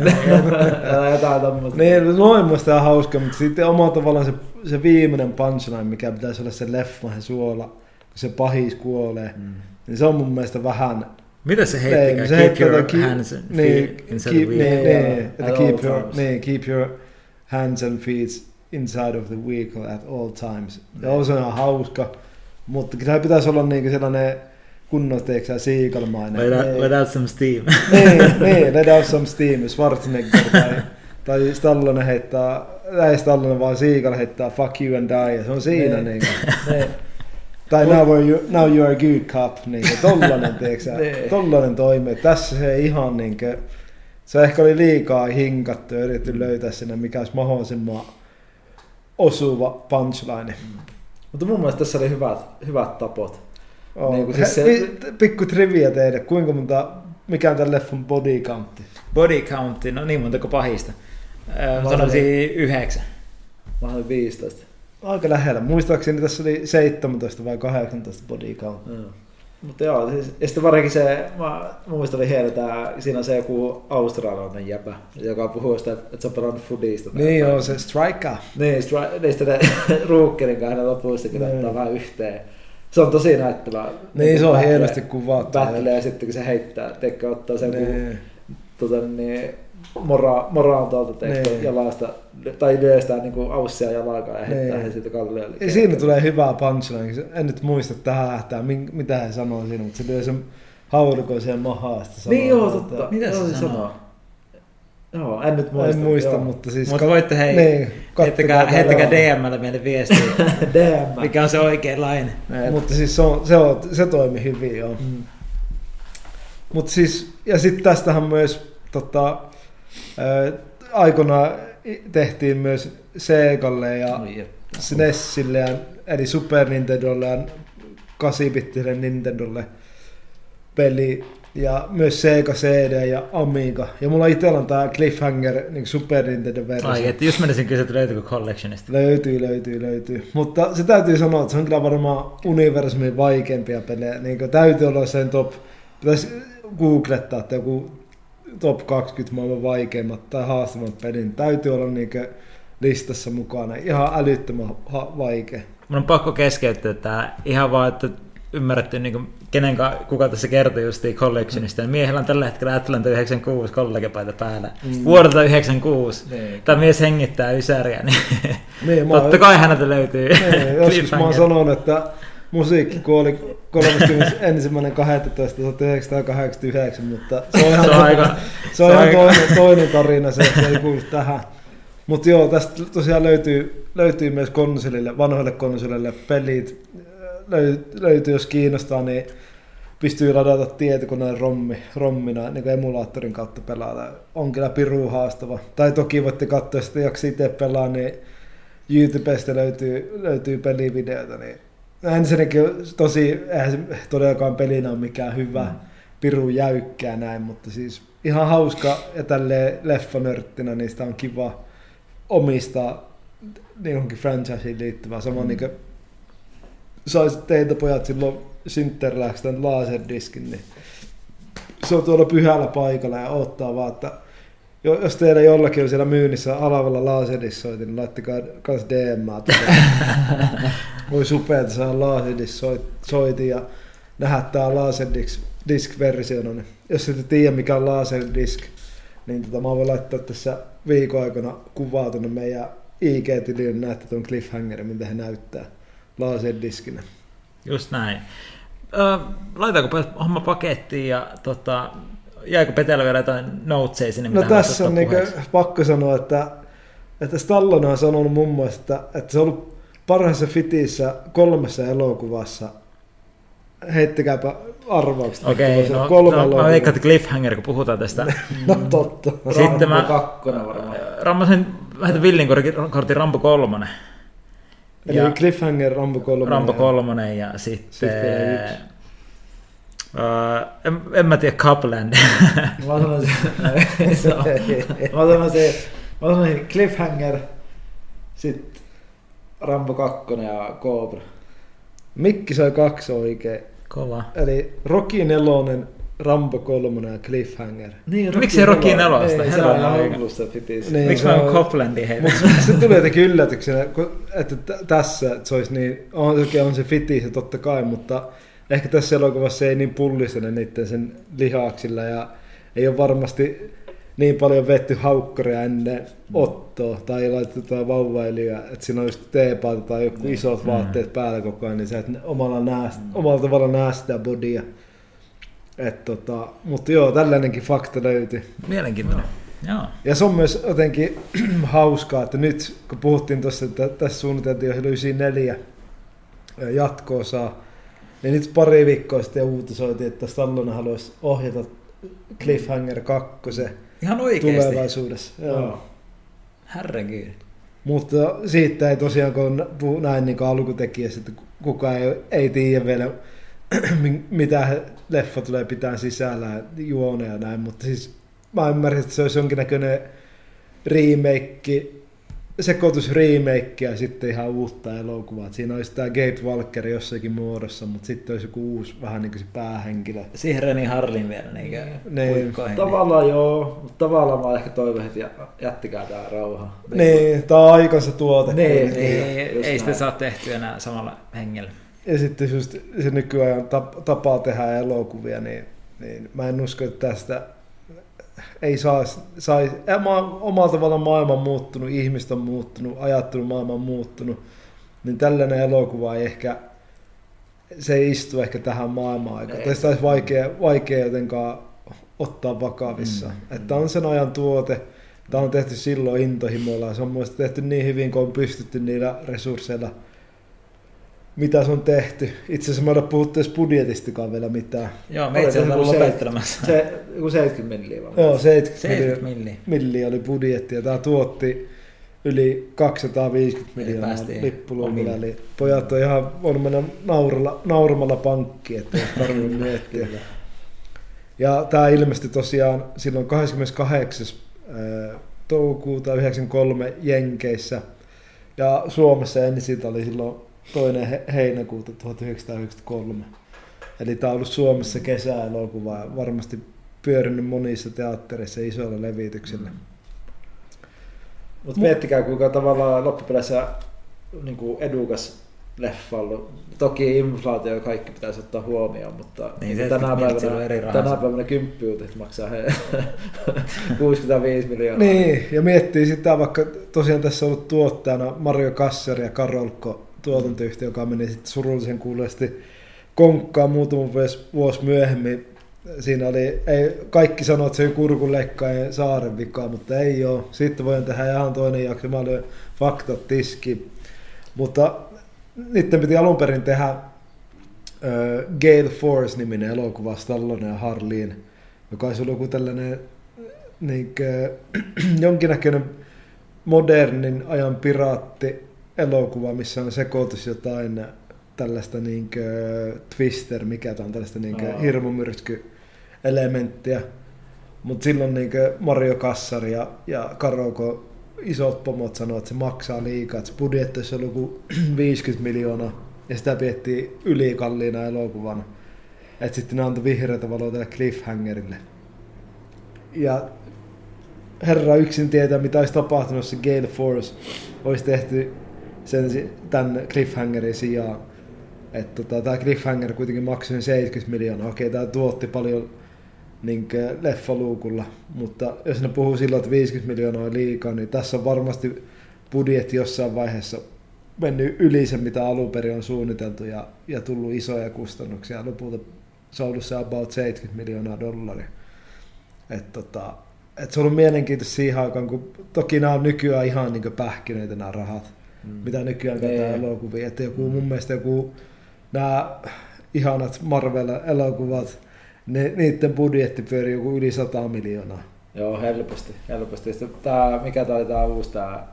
Ja jotain tommoista. Niin, noin muista on hauska, mutta sitten omalla tavallaan se, se viimeinen punchline, mikä pitäisi olla se leffa, se suola, kun se pahis kuolee, mm. niin se on mun mielestä vähän... Mitä se heitti? Se keep your keep, hands and feet inside the vehicle. Keep your, niin, keep your hands and feet inside of the vehicle at all times. Ja se on ihan hauska. Mutta kyllä pitäisi olla niinku sellainen kunnon teeksä siikalmainen. Let, out, let out some steam. Niin, niin, let out some steam. Schwarzenegger tai, tai Stallone heittää, ei Stallone vaan siikalla heittää fuck you and die. Ja se on siinä niin. niinku. Tai now you, now you are a good cop. Niinku, tollanen teeksä, tollanen toimi. Tässä se ihan niinku, se ehkä oli liikaa hinkattu ja yritetty löytää sinne mikä olisi mahdollisimman osuva punchline. Mutta mun mielestä tässä oli hyvät, hyvät tapot. Oh. Niin siis se... Pikku trivia teille, kuinka monta, mikä on tämän leffan body countti? Body countti, no niin montako pahista. Mä sanoisin yhdeksän. Mä sanoin viisitoista. Aika lähellä. Muistaakseni tässä oli seitsemäntoista vai kahdeksantoista body count. Mm. Mutta joo, siis, ja sitten varsinkin se, mä muistan oli hieno tää, siinä on se joku australialainen jäbä, joka puhuu sitä, että se on pelannut foodista. Niin joo, se striker. Niin, stri- niistä ne Rookerin kanssa lopussa kyllä ottaa vähän yhteen. Se on tosi näyttävää. Niin, se on hienosti kuvattu. Battle ja sitten kun se heittää, teikö ottaa sen niin. Tota, niin, mora, moraan tuolta teikö niin. jalasta, tai lyö sitä niin kuin aussia jalakaan ja heittää niin. he siitä kalliolle. Ja siinä tulee hyvää punchline. En nyt muista tähän lähtää, mitä he sanoo siinä, mutta se lyö sen haurukon siihen mahaan. Niin joo, totta. Mitä se sanoo? Joo, en nyt muista. En muista, joo. mutta siis... Mutta voitte hei, niin, heittäkää, heittäkää D M:llä meille viestiä, D M. mikä on se oikea laine. Mutta siis se, on, se, on, se toimi hyvin, joo. Mm. Mutta siis, ja sitten tästähän myös tota, ää, aikoinaan tehtiin myös Segalle ja no, SNESille, ja, eli Super Nintendolle ja kahdeksan-bittinen Nintendolle peli. Ja myös Sega C D ja Amiga. Ja mulla itsellä on tää Cliffhanger niin Super Nintendo-versio. Ai, että just menisin kysyä, että löytyykö Collectionista. Löytyy, löytyy, löytyy. Mutta se täytyy sanoa, että se on kyllä varmaan universumin vaikeimpia pelejä. Niin täytyy olla sen top, pitäisi googlettaa, että joku top kaksikymmentä maailman vaikeimmat tai haastavammat pelin. Täytyy olla niin listassa mukana. Ihan älyttömän vaikea. Mun on pakko keskeyttää tää ihan vaan, että ymmärretty, niin kuin, kenen kuka tässä kertoi justiin Collectionista. Miehellä on tällä hetkellä Atlanta yhdeksänkymmentäkuusi kollegepaita päällä. Mm. Vuodelta yhdeksänkymmentäkuusi. Niin. Tämä mies hengittää ysäriä, niin, niin totta kai häneltä löytyy. Niin, joskus mä oon sanonut, että musiikki kuoli kolmaskymmenesensimmäinen kahdestoista tuhatyhdeksänsataakahdeksankymmentäyhdeksän, mutta se on ihan, se on aika, se on ihan aika. Toinen, toinen tarina, se ei kuulu tähän. Mutta joo, tästä tosiaan löytyy, löytyy myös konsolille, vanhoille konsolille pelit. Löytyy, jos kiinnostaa, niin pystyy ladata tietokoneen rommi, rommina niin kuin emulaattorin kautta pelata. On kyllä pirun haastava. Tai toki voitte katsoa, jos jaksa itse pelaa, niin YouTubesta löytyy, löytyy pelivideoita. Niin ensinnäkin tosi, eihän se todellakaan pelinä ole mikään hyvä, mm. pirun jäykkää näin, mutta siis ihan hauska ja tälleen leffanörttinä, niin sitä on kiva omistaa johonkin franchiseen liittyvää. Samoin mm. niin kuin saisit teitä pojat silloin Synterläks tämän laserdiskin, niin se on tuolla pyhällä paikalla ja odottaa vaan, että jos teillä jollakin on siellä myynnissä alavalla laserdissoitin, niin laittakaa kans D M:ää. Voi supeata saada laserdissoitin ja nähdä tää laserdisk-versiona. Niin jos ette tiedä mikä on laserdisk, niin tota, mä voin laittaa tässä viikon aikana kuvaa tuonne meidän I G-tiliin, näette tuon Cliffhangerin, mitä he näyttää. Laserdiskinä. Just näin. Ö, laitaanko homma pakettiin ja tota, jäikö Petellä vielä jotain noteseja sinne? No tässä on niinku pakko sanoa, että, että Stallone on sanonut muun muassa, että, että se on ollut parhaassa fitissä kolmessa elokuvassa. Heittäkääpä arvaukset. Okei, okay, no, kolme no, mä veikkaan, että Cliffhanger, kun puhutaan tästä. No totta. Sitten Rambo kakkonen varmaan. Rammasin vähän villin kortin Rambo kolmonen. Eli ja Cliffhanger, Rambo kolmonen. Rambo kolmonen ja sitten... sitten uh, en, en mä tiedä, Copland. Mä sanoisin... mä sanoisin... Mä sanoisin Cliffhanger, sitten Rambo kakkonen ja Cobra. Mikki sai kaksi oikein. Kova. Eli Rocky nelonen, Rambo kolmonen ja Cliffhanger. Niin, miksi se Rocky nelosta? Niin, se on ihan hullusta fitis. Niin, miksi mä oon Coplandin heitä? Se tulee jotenkin yllätyksenä, että t- tässä että se olisi niin, on, on se fitis totta kai, mutta ehkä tässä elokuvassa ei niin pullistene niiden sen lihaksilla ja ei ole varmasti niin paljon vetty haukkaria ennen ottoa tai laitetaan vauvailia, että siinä on just teepaita tai joku isot vaatteet mm. päällä koko ajan, niin sä et omalla, nääst, omalla tavalla näe sitä bodia. Et tota, mutta joo, tällainenkin fakta löytyy. Mielenkiintoinen. No. Joo. Ja se on myös jotenkin hauskaa, että nyt kun puhuttiin tuossa, että tässä suunniteltiin jo yhdeksänkymmentäneljä jatko-osaa, niin nyt pari viikkoa sitten uutisoitiin, että Stallone haluaisi ohjata Cliffhanger kaksi ihan oikeesti tulevaisuudessa. Joo. Herregud. Mutta siitä ei tosiaan, kun näin niin alkutekijässä, että kukaan ei, ei tiedä vielä, mitä leffa tulee pitää sisällä, juone ja näin, mutta siis mä ymmärsin, että se olisi jonkinnäköinen remake sekoitus remakea ja sitten ihan uutta elokuvaa. Et siinä olisi tämä Gate Walker jossakin muodossa, mutta sitten olisi joku uusi vähän niin kuin se päähenkilö. Siihen Renny Harlin vielä niin puikkoihin. Tavallaan joo, mutta tavallaan mä ehkä toivon, että jättikää tää rauha. Niin, tää on aikansa tuote. Niin, niin, ei, ei sitä saa tehtyä enää samalla hengellä. Ja sitten just se nykyajan tapa tehdä elokuvia, niin, niin mä en usko, että tästä ei saa, sai, omalla tavalla maailma on muuttunut, ihmiset on muuttunut, ajattelu maailma on muuttunut, niin tällainen elokuva ei ehkä, se ei istu ehkä tähän maailmaan-aikaan. Tästä olisi vaikea, vaikea jotenkaan ottaa vakavissa. Mm, että on sen ajan tuote, tämä on tehty silloin intohimoilla, ja se on mielestäni tehty niin hyvin, kun on pystytty niillä resursseilla, mitä se on tehty. Itse asiassa me ollaan puhuttu edes budjetistakaan vielä mitään. Joo, me itse asiassa ollaan lopettelemassa. Se, joku seitsemänkymmentä milliä vaan. Joo, seitsemänkymmentä milliä. milliä oli budjetti, ja tämä tuotti yli kaksisataaviisikymmentä miljoonaa lippuluvulla. Eli pojat on ihan voinut mennä nauralla, nauramalla pankkiin, että ei tarvinnut miettiä. Ja tämä ilmestyi tosiaan silloin kahdeskymmeneskahdeksas toukokuuta yhdeksänkymmentäkolme Jenkeissä. Ja Suomessa ennen siitä oli silloin toinen heinäkuuta tuhatyhdeksänsataayhdeksänkymmentäkolme. Eli tämä on ollut Suomessa kesäelokuva ja varmasti pyörinyt monissa teattereissa isoilla levityksillä. Mm. Mutta miettikää kuinka tavallaan loppupeleissä niin edukas leffa ollut. Toki inflaatio ja kaikki pitäisi ottaa huomioon, mutta niin, tänä päivänä, tänä päivänä kymppiuutit maksaa he kuusikymmentäviisi miljoonaa. Niin, ja miettii sitä, vaikka tosiaan tässä on ollut tuottajana Mario Kasser ja Karolko tuotantoyhtiö, joka meni sitten surullisen kuuloisesti konkkaan muutama vuosi myöhemmin. Siinä oli, ei, kaikki sanoo, että se on kurkunleikkaajien saaren vika, mutta ei ole. Sitten voin tehdä ihan toinen jakso, mä olin faktat tiski. Mutta niiden piti alun perin tehdä äh, Gale Force-niminen elokuva Stallone ja Harleen, joka olisi ollut joku tällainen niin kuin, jonkinnäköinen modernin ajan piraatti-elokuva, missä on sekoitus jotain tällaista niin kuin, twister, mikä tämä on tällaista niin kuin, hirmumyrsky-elementtiä. Mutta silloin niin kuin Mario Kassar ja, ja Karoko isot pomot sanoo, että se maksaa liikaa, että se budjetti olisi ollut joku viisikymmentä miljoonaa ja sitä piettiin ylikalliina elokuvana. Että sitten ne antoi vihreätä valoa tälle cliffhangerille. Ja herra yksin tietää, mitä olisi tapahtunut, jos se Gale Force olisi tehty sen, tämän cliffhangerin sijaan. Että tota, tämä cliffhanger kuitenkin maksoi seitsemänkymmentä miljoonaa. Okei, tämä tuotti paljon niin leffaluukulla, mutta jos ne puhuu silloin, että viisikymmentä miljoonaa on liikaa, niin tässä on varmasti budjetti jossain vaiheessa mennyt yli sen, mitä alun perin on suunniteltu ja, ja tullut isoja kustannuksia. Lopulta se on ollut se about seitsemänkymmentä miljoonaa dollaria. Et tota, et se on ollut mielenkiintoista siihen aikaan, kun toki nämä on nykyään ihan niin pähkinöitä nämä rahat, mm. mitä nykyään käytetään elokuvia. Että joku, mun mielestä joku, nämä ihanat Marvel-elokuvat, ne, niiden budjetti pyörii joku yli sata miljoonaa. Joo, helposti. helposti. Tää, mikä tää oli tää uusi tää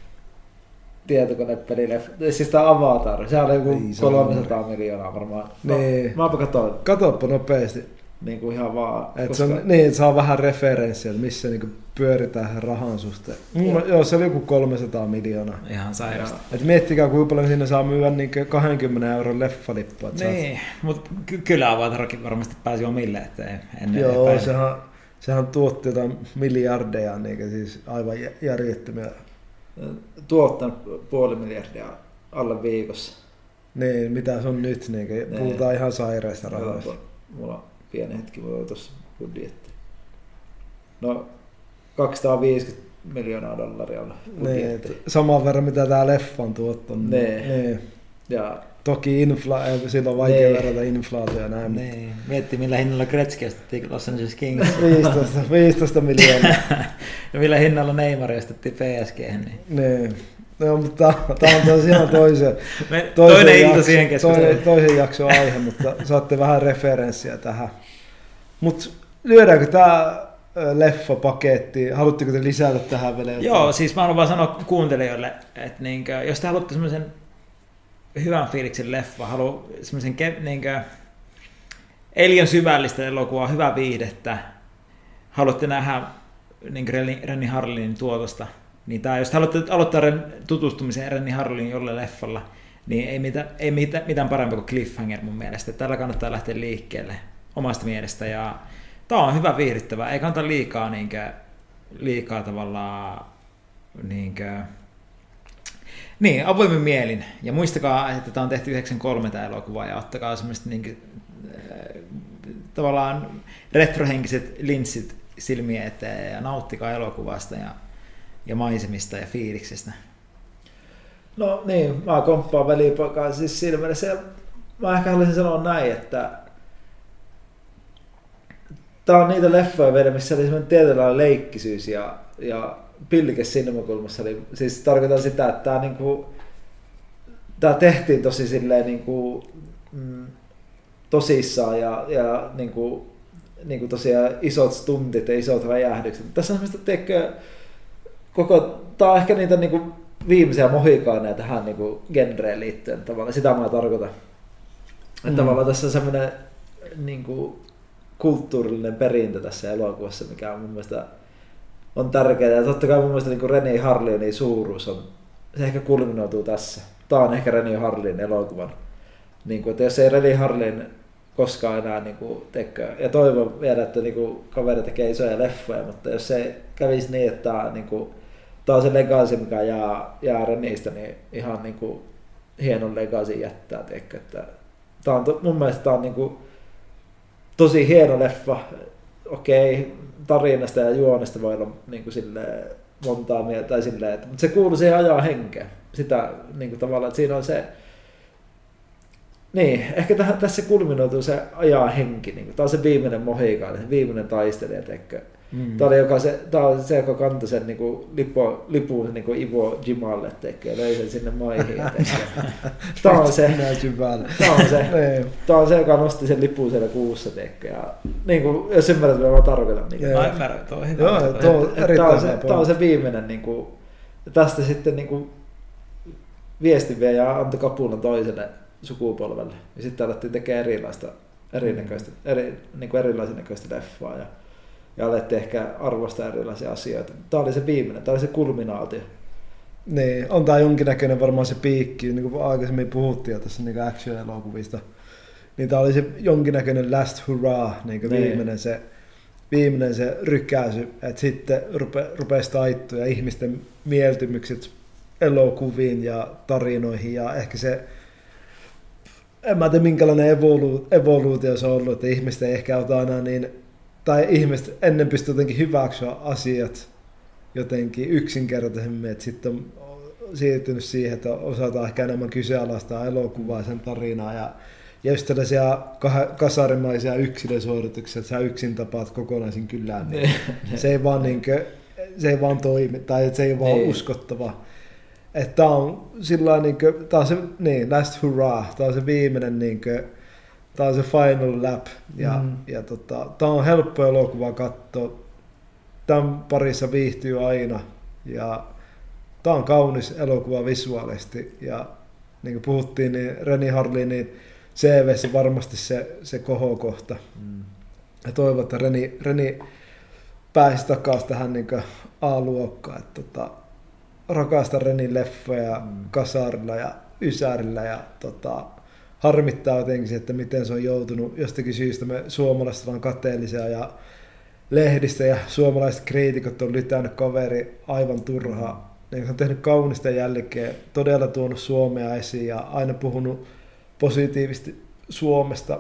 tietokonepelileffa, siis tää Avatar, sehän oli joku niin, kolmesataa miljoonaa varmaan. No, niin. Mäpä katsoin. Katoppa nopeasti. Niin kuin ihan vaan. Et koska... se on, niin, että saa vähän referenssiä, missä niinku pyöritään rahan suhteen. Mm, joo, se oli joku kolmesataa miljoonaa. Ihan sairasta. Et miettikää, kuinka paljon siinä saa myydä niinku kaksikymmentä euron leffalippua. Niin, saat... mutta ky- kyllä Avatarkin varmasti pääsi omille, että en joo, sehän, sehän tuotti jotain miljardeja, niin siis aivan järjettömiä. Tuottanut puoli miljardia alle viikossa. Niin, mitä se on nyt, niin puhutaan niin. Ihan sairaista rahoista. Mulla on pieni hetki, mulla on tuossa budjetti. No, kaksisataaviisikymmentä miljoonaa dollaria on budjetti. Niin, saman verran mitä tää leffa on tuottanut. Niin. niin. Ja toki infla- sillä on vaikea nee. verrata inflaatio ja näin. Nee. Mietti millä hinnalla Gretzky ostettiin Los Angeles Kings. viisitoista, viisitoista miljoonaa. Ja millä hinnalla Neymar ostettiin P S G. Niin. Nee. No, mutta tämä on taas ihan toisen, toinen ilta siihen keskusteluun. Toisen, toisen jakson aihe, mutta saatte vähän referenssiä tähän. Mutta lyödäänkö tämä leffa pakettiin? Haluatteko te lisätä tähän vielä jotain? Joo, siis mä haluan vaan sanoa kuuntelijoille, että niinkö, jos te haluatte semmoisen hyvän fiiliksen leffa, haluaa semmoisen niinkö, ei liian syvällistä elokuvaa, hyvää viihdettä, haluatte nähdä niinkö Renny Harlinin tuotosta, Niin tää, jos haluatte aloittaa tutustumisen Renny Harlin jolle leffalla, niin ei, mitään, ei mitään, mitään parempaa kuin Cliffhanger mun mielestä. Tällä kannattaa lähteä liikkeelle omasta mielestä. Ja tää on hyvä viihdyttävä. Ei kannata liikaa, niinkö, liikaa tavallaan niinkö, niin, avoimin mielin. Ja muistakaa, että tämä on tehty yhdeksänkymmentäkolme tämä elokuva, ja ottakaa semmoiset niin, äh, tavallaan retrohenkiset linssit silmiä eteen, ja nauttikaa elokuvasta ja, ja maisemista ja fiiliksestä. No niin, mä komppaan velipoikaa siis siinä mielessä. Mä ehkä haluaisin sanoa näin, että tää on niitä leffoja vielä, missä oli semmoinen tietynlainen leikkisyys ja, ja pilke silmäkulmassa. Eli, siis tarkoitan sitä, että tää, niinku, tää tehtiin tosi silleen niinku, mm, tosissaan ja, ja niinku, niinku tosiaan isot stuntit ja isot räjähdykset. Tässä on semmoista, teekö, koko, tää on ehkä niitä niinku viimeisiä mohikaaneja tähän niinku genreen liittyen tavallaan. Sitä mä tarkoitan. Mm. Että tavallaan tässä on semmoinen niinku kulttuurillinen perintö tässä elokuvassa, mikä on mun mielestä on tärkeää. Ja totta kai mun mielestä niin Renny Harlinin suuruus on, se ehkä kulminoituu tässä. Tää on ehkä Renny Harlin elokuvan. Niin kuin, että jos ei Renny Harlin koskaan enää niin kuin, tekee, ja toivon vielä, että niin kuin, kaveri tekee isoja leffoja, mutta jos se kävisi niin, että tää, niin kuin, tää on se legacy, mikä jää, jää Rennystä, niin ihan niin kuin, hienon legacy jättää. Teikö, että tää on, mun mielestä tää on niin kuin, tosi hieno leffa. Okei, tarinasta ja juonesta voi olla niin kuin silleen, montaa mieltä, tai silleen, että, mutta se kuuluu siihen ajaa henkeen. Sitä niin kuin tavallaan, että siinä on se, niin, ehkä tähän, tässä kulminoituu se ajaa henki. Niin kuin, tämä on se viimeinen mohikaani, se viimeinen taistelija. Mm. Tämä, oli joka se, tämä on se, joka kantoi sen niin kuin, lipo, lipun niin kuin Iwo Jimalle ja löi sen sinne maihin. Tämä on se, tämä on se, tämä on se, joka nosti sen lipun siellä kuussa. Ja, niin kuin, jos ymmärrät, mitä mä tarkoitan. Niin mä ymmärrän, tuo on hyvä. Joo, tuo on tämä, on se, tämä on se viimeinen. Niin kuin, tästä sitten niin kuin, viestin vie ja antoi kapulan toiselle sukupolvelle. Ja sitten alettiin tekemään erilaista, erinäköistä, eri, niin kuin erilaisen näköistä leffaa. Ja, ja alettiin ehkä arvostaa erilaisia asioita. Tämä oli se viimeinen, tämä oli se kulminaatio. Niin, on tämä jonkinnäköinen varmaan se piikki, niin kuin aikaisemmin puhuttiin jo tässä niin action-elokuvista. Niin tämä oli se jonkinnäköinen last hurrah, niin kuin niin. Viimeinen, se, viimeinen se rykäisy, että sitten rupe, rupesi taittua ja ihmisten mieltymykset elokuviin ja tarinoihin ja ehkä se, en mä tiedä minkälainen evolu, evoluutio se on ollut, että ihmiset ei ehkä ota aina niin, tai ihmiset ennen pystyy jotenkin hyväksyä asiat jotenkin yksinkertaisemmin, että sitten on siirtynyt siihen, että osataan ehkä enemmän kyseenalaistaa elokuvaa sen tarinaa ja, ja just tällaisia kasarimaisia yksilösuorituksia, että sä yksin tapaat kokonaisin kylään, niin se ei vaan, niin kuin, se ei vaan toimi tai se ei vaan ole uskottava. Että tää on sillä niin kuin, tää on se niin, last hurrah, tää on se viimeinen niin kuin, tää on se final lap ja, mm. ja tota, tää on helppo elokuva katsoa. Tämän parissa viihtyy aina ja tää on kaunis elokuva visuaalisesti ja niin kuin puhuttiin, niin Renny Harlinin C V:ssä varmasti se, se kohokohta. Mm. Ja toivon, että Renny, Renny pääsi takaisin tähän niin kuin A-luokkaan. Että, tota, rakastan Rennin leffoja mm. kasarilla ja ysärillä ja tota, harmittaa jotenkin, että miten se on joutunut jostakin syystä. Me suomalaiset ollaan kateellisia ja lehdistä ja suomalaiset kriitikot on lytänyt kaveri aivan turhaa. Ne on tehnyt kaunista jälkeen, todella tuonut Suomea esiin ja aina puhunut positiivisesti Suomesta.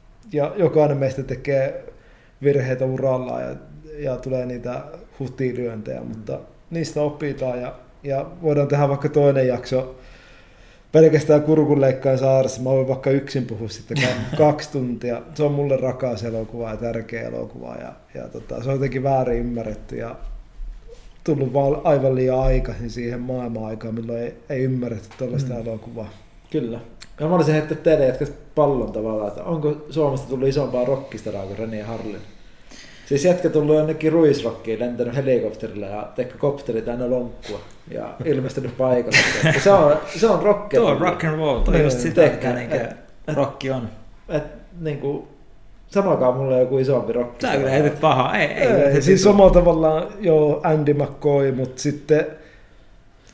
Ja jokainen meistä tekee virheitä urallaan ja, ja tulee niitä hutilyöntejä, mm. mutta niistä opitaan ja, ja voidaan tehdä vaikka toinen jakso pelkästään kurkunleikkaan saaressa. Mä voin vaikka yksin puhua sitten kaksi tuntia. Se on mulle rakas elokuva ja tärkeä elokuva ja, ja tota, se on jotenkin väärin ymmärretty ja tullut vaan aivan liian aikaisin siihen maailman-aikaan, milloin ei, ei ymmärretty tällaista mm. elokuvaa. Kyllä. Ja mä olisin heittää teille jätkät pallon tavallaan, että onko Suomesta tullut isompaa rockistaraa kuin Renny Harlin? Siis jätkä tullut jonnekin ruisrockiin, lentänyt helikopterilla ja tehnyt kopteri täynnä lonkkua ja ilmestynyt paikalle. Se on, se on rock. Tuo on rock and roll, tuo on just sitä, mikä niin rocki on. Et, niin kuin, sanokaa mulle joku isompi rocki. Sä kyllä heitit pahaa. Ei, ei, ei, ei siis samalla tavallaan joo Andy McCoy, mutta sitten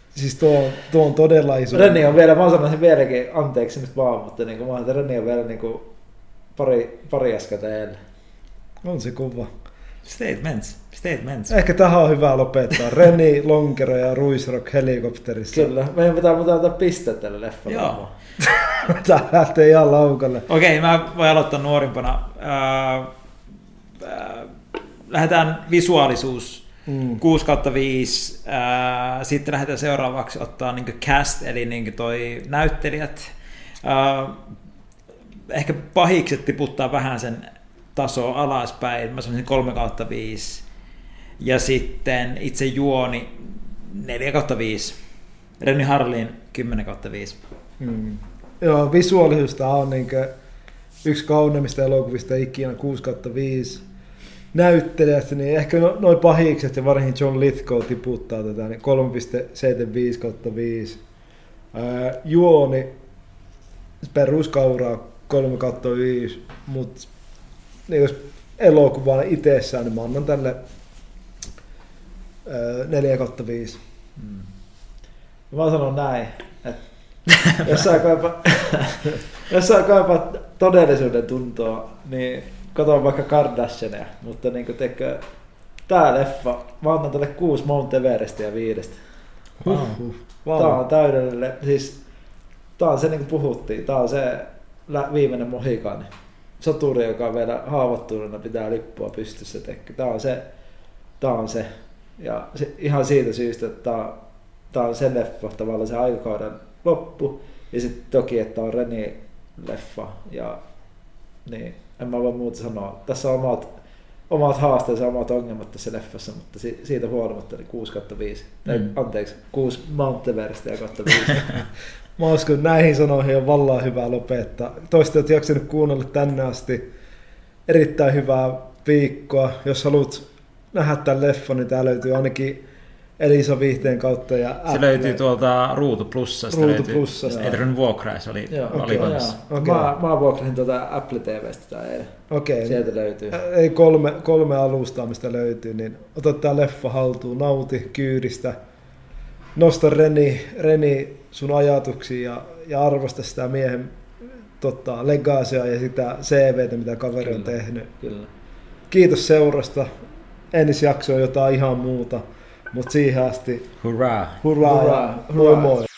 Siis tuo, on- tuo on todella iso. Renni on vielä, mä sanoisin vieläkin, anteeksi nyt vaan, mutta niin kuin, mä että Renni on vielä niin kuin pari, pari askelta edellä. On se kuva. Statements, statements. Ehkä tähän on hyvä lopettaa. Reni, Lonkero ja Ruisrock helikopterissa. Kyllä, meidän pitää mutta antaa pisteet tälle leffalle. Joo. Tää lähtee ihan laukalle. Okei, mä voin aloittaa nuorimpana. Äh, äh, lähdetään visuaalisuus Mm. kuusi kautta viisi. Äh, sitten lähdetään seuraavaksi ottaa niin cast, eli niin toi näyttelijät. Äh, ehkä pahikset tiputtaa vähän sen tasoa alaspäin. Mä sanoisin kolme kautta viisi. Ja sitten itse juoni neljä kautta viisi. Renny Harlin kymmenen kautta viisi. Mm. Joo, visuaalisuus tää on niinkö yksi kauneimmista elokuvista ikinä, kuusi kautta viisi. Näyttelijät, niin ehkä no, noin pahikset ja varsinkin John Lithgow tiputtaa tätä, niin kolme pilkku seitsemänkymmentäviisi kautta viisi. Ää, juoni, peruskauraa kolme kautta viisi, mutta niin jos elokuvana itsessään, niin mä annan tälle neljä kautta viisi. Hmm. Mä sanon näin, että jos sä kaipaat, jos sä kaipaat todellisuuden tuntoa, niin kato vaikka Kardashiania, mutta niin teikö, tää leffa, mä annan tälle kuusi Mount Everestia viidestä. Huh, huh. Wow. Tää on täydellinen, siis tää on se niin kuin puhuttiin, tää on se viimeinen mohikaani. Soturi, joka on vielä haavoittuneena pitää lippua pystyssä teikö. Tää on se, tää on se. Ja se, ihan siitä syystä, että tää, tää on se leffa, tavallaan se aikakauden loppu. Ja sitten toki, että on Reni-leffa. Ja niin, en mä voi muuta sanoa. Tässä on omat, omat haasteensa ja omat ongelmat tässä leffassa, mutta si, siitä huolimatta niin kuusi kautta viisi. Mm. Anteeksi, kuusi Mount Everestia kautta viisi. Mä uskon, että näihin sanoihin on vallan hyvä lopettaa. Toista olet jaksanut kuunnella tänne asti. Erittäin hyvää viikkoa. Jos haluat nähdä tämän leffon, niin tää löytyy ainakin Elisa Viihteen kautta. Ja se Apple. Löytyy tuolta Ruutu Plussasta. Ruutu Plussasta. Adrian Walkrise oli valikoimassa. Okay, okay. Mä, mä vuokrasin tuota Apple T V:stä tää eilen. Okay. Sieltä löytyy. Ei kolme, kolme alustaa, mistä löytyy, niin ota tää leffa haltuun, nauti kyydistä. Nosta Reni, Reni sun ajatuksia ja, ja arvosta sitä miehen tota, legaasia ja sitä C V:tä, mitä kaveri kyllä, on tehnyt. Kyllä. Kiitos seurasta. Ensi jakso on jotain ihan muuta, mutta siihen asti hurraa! Hurraa! Hurraa! Moi moi!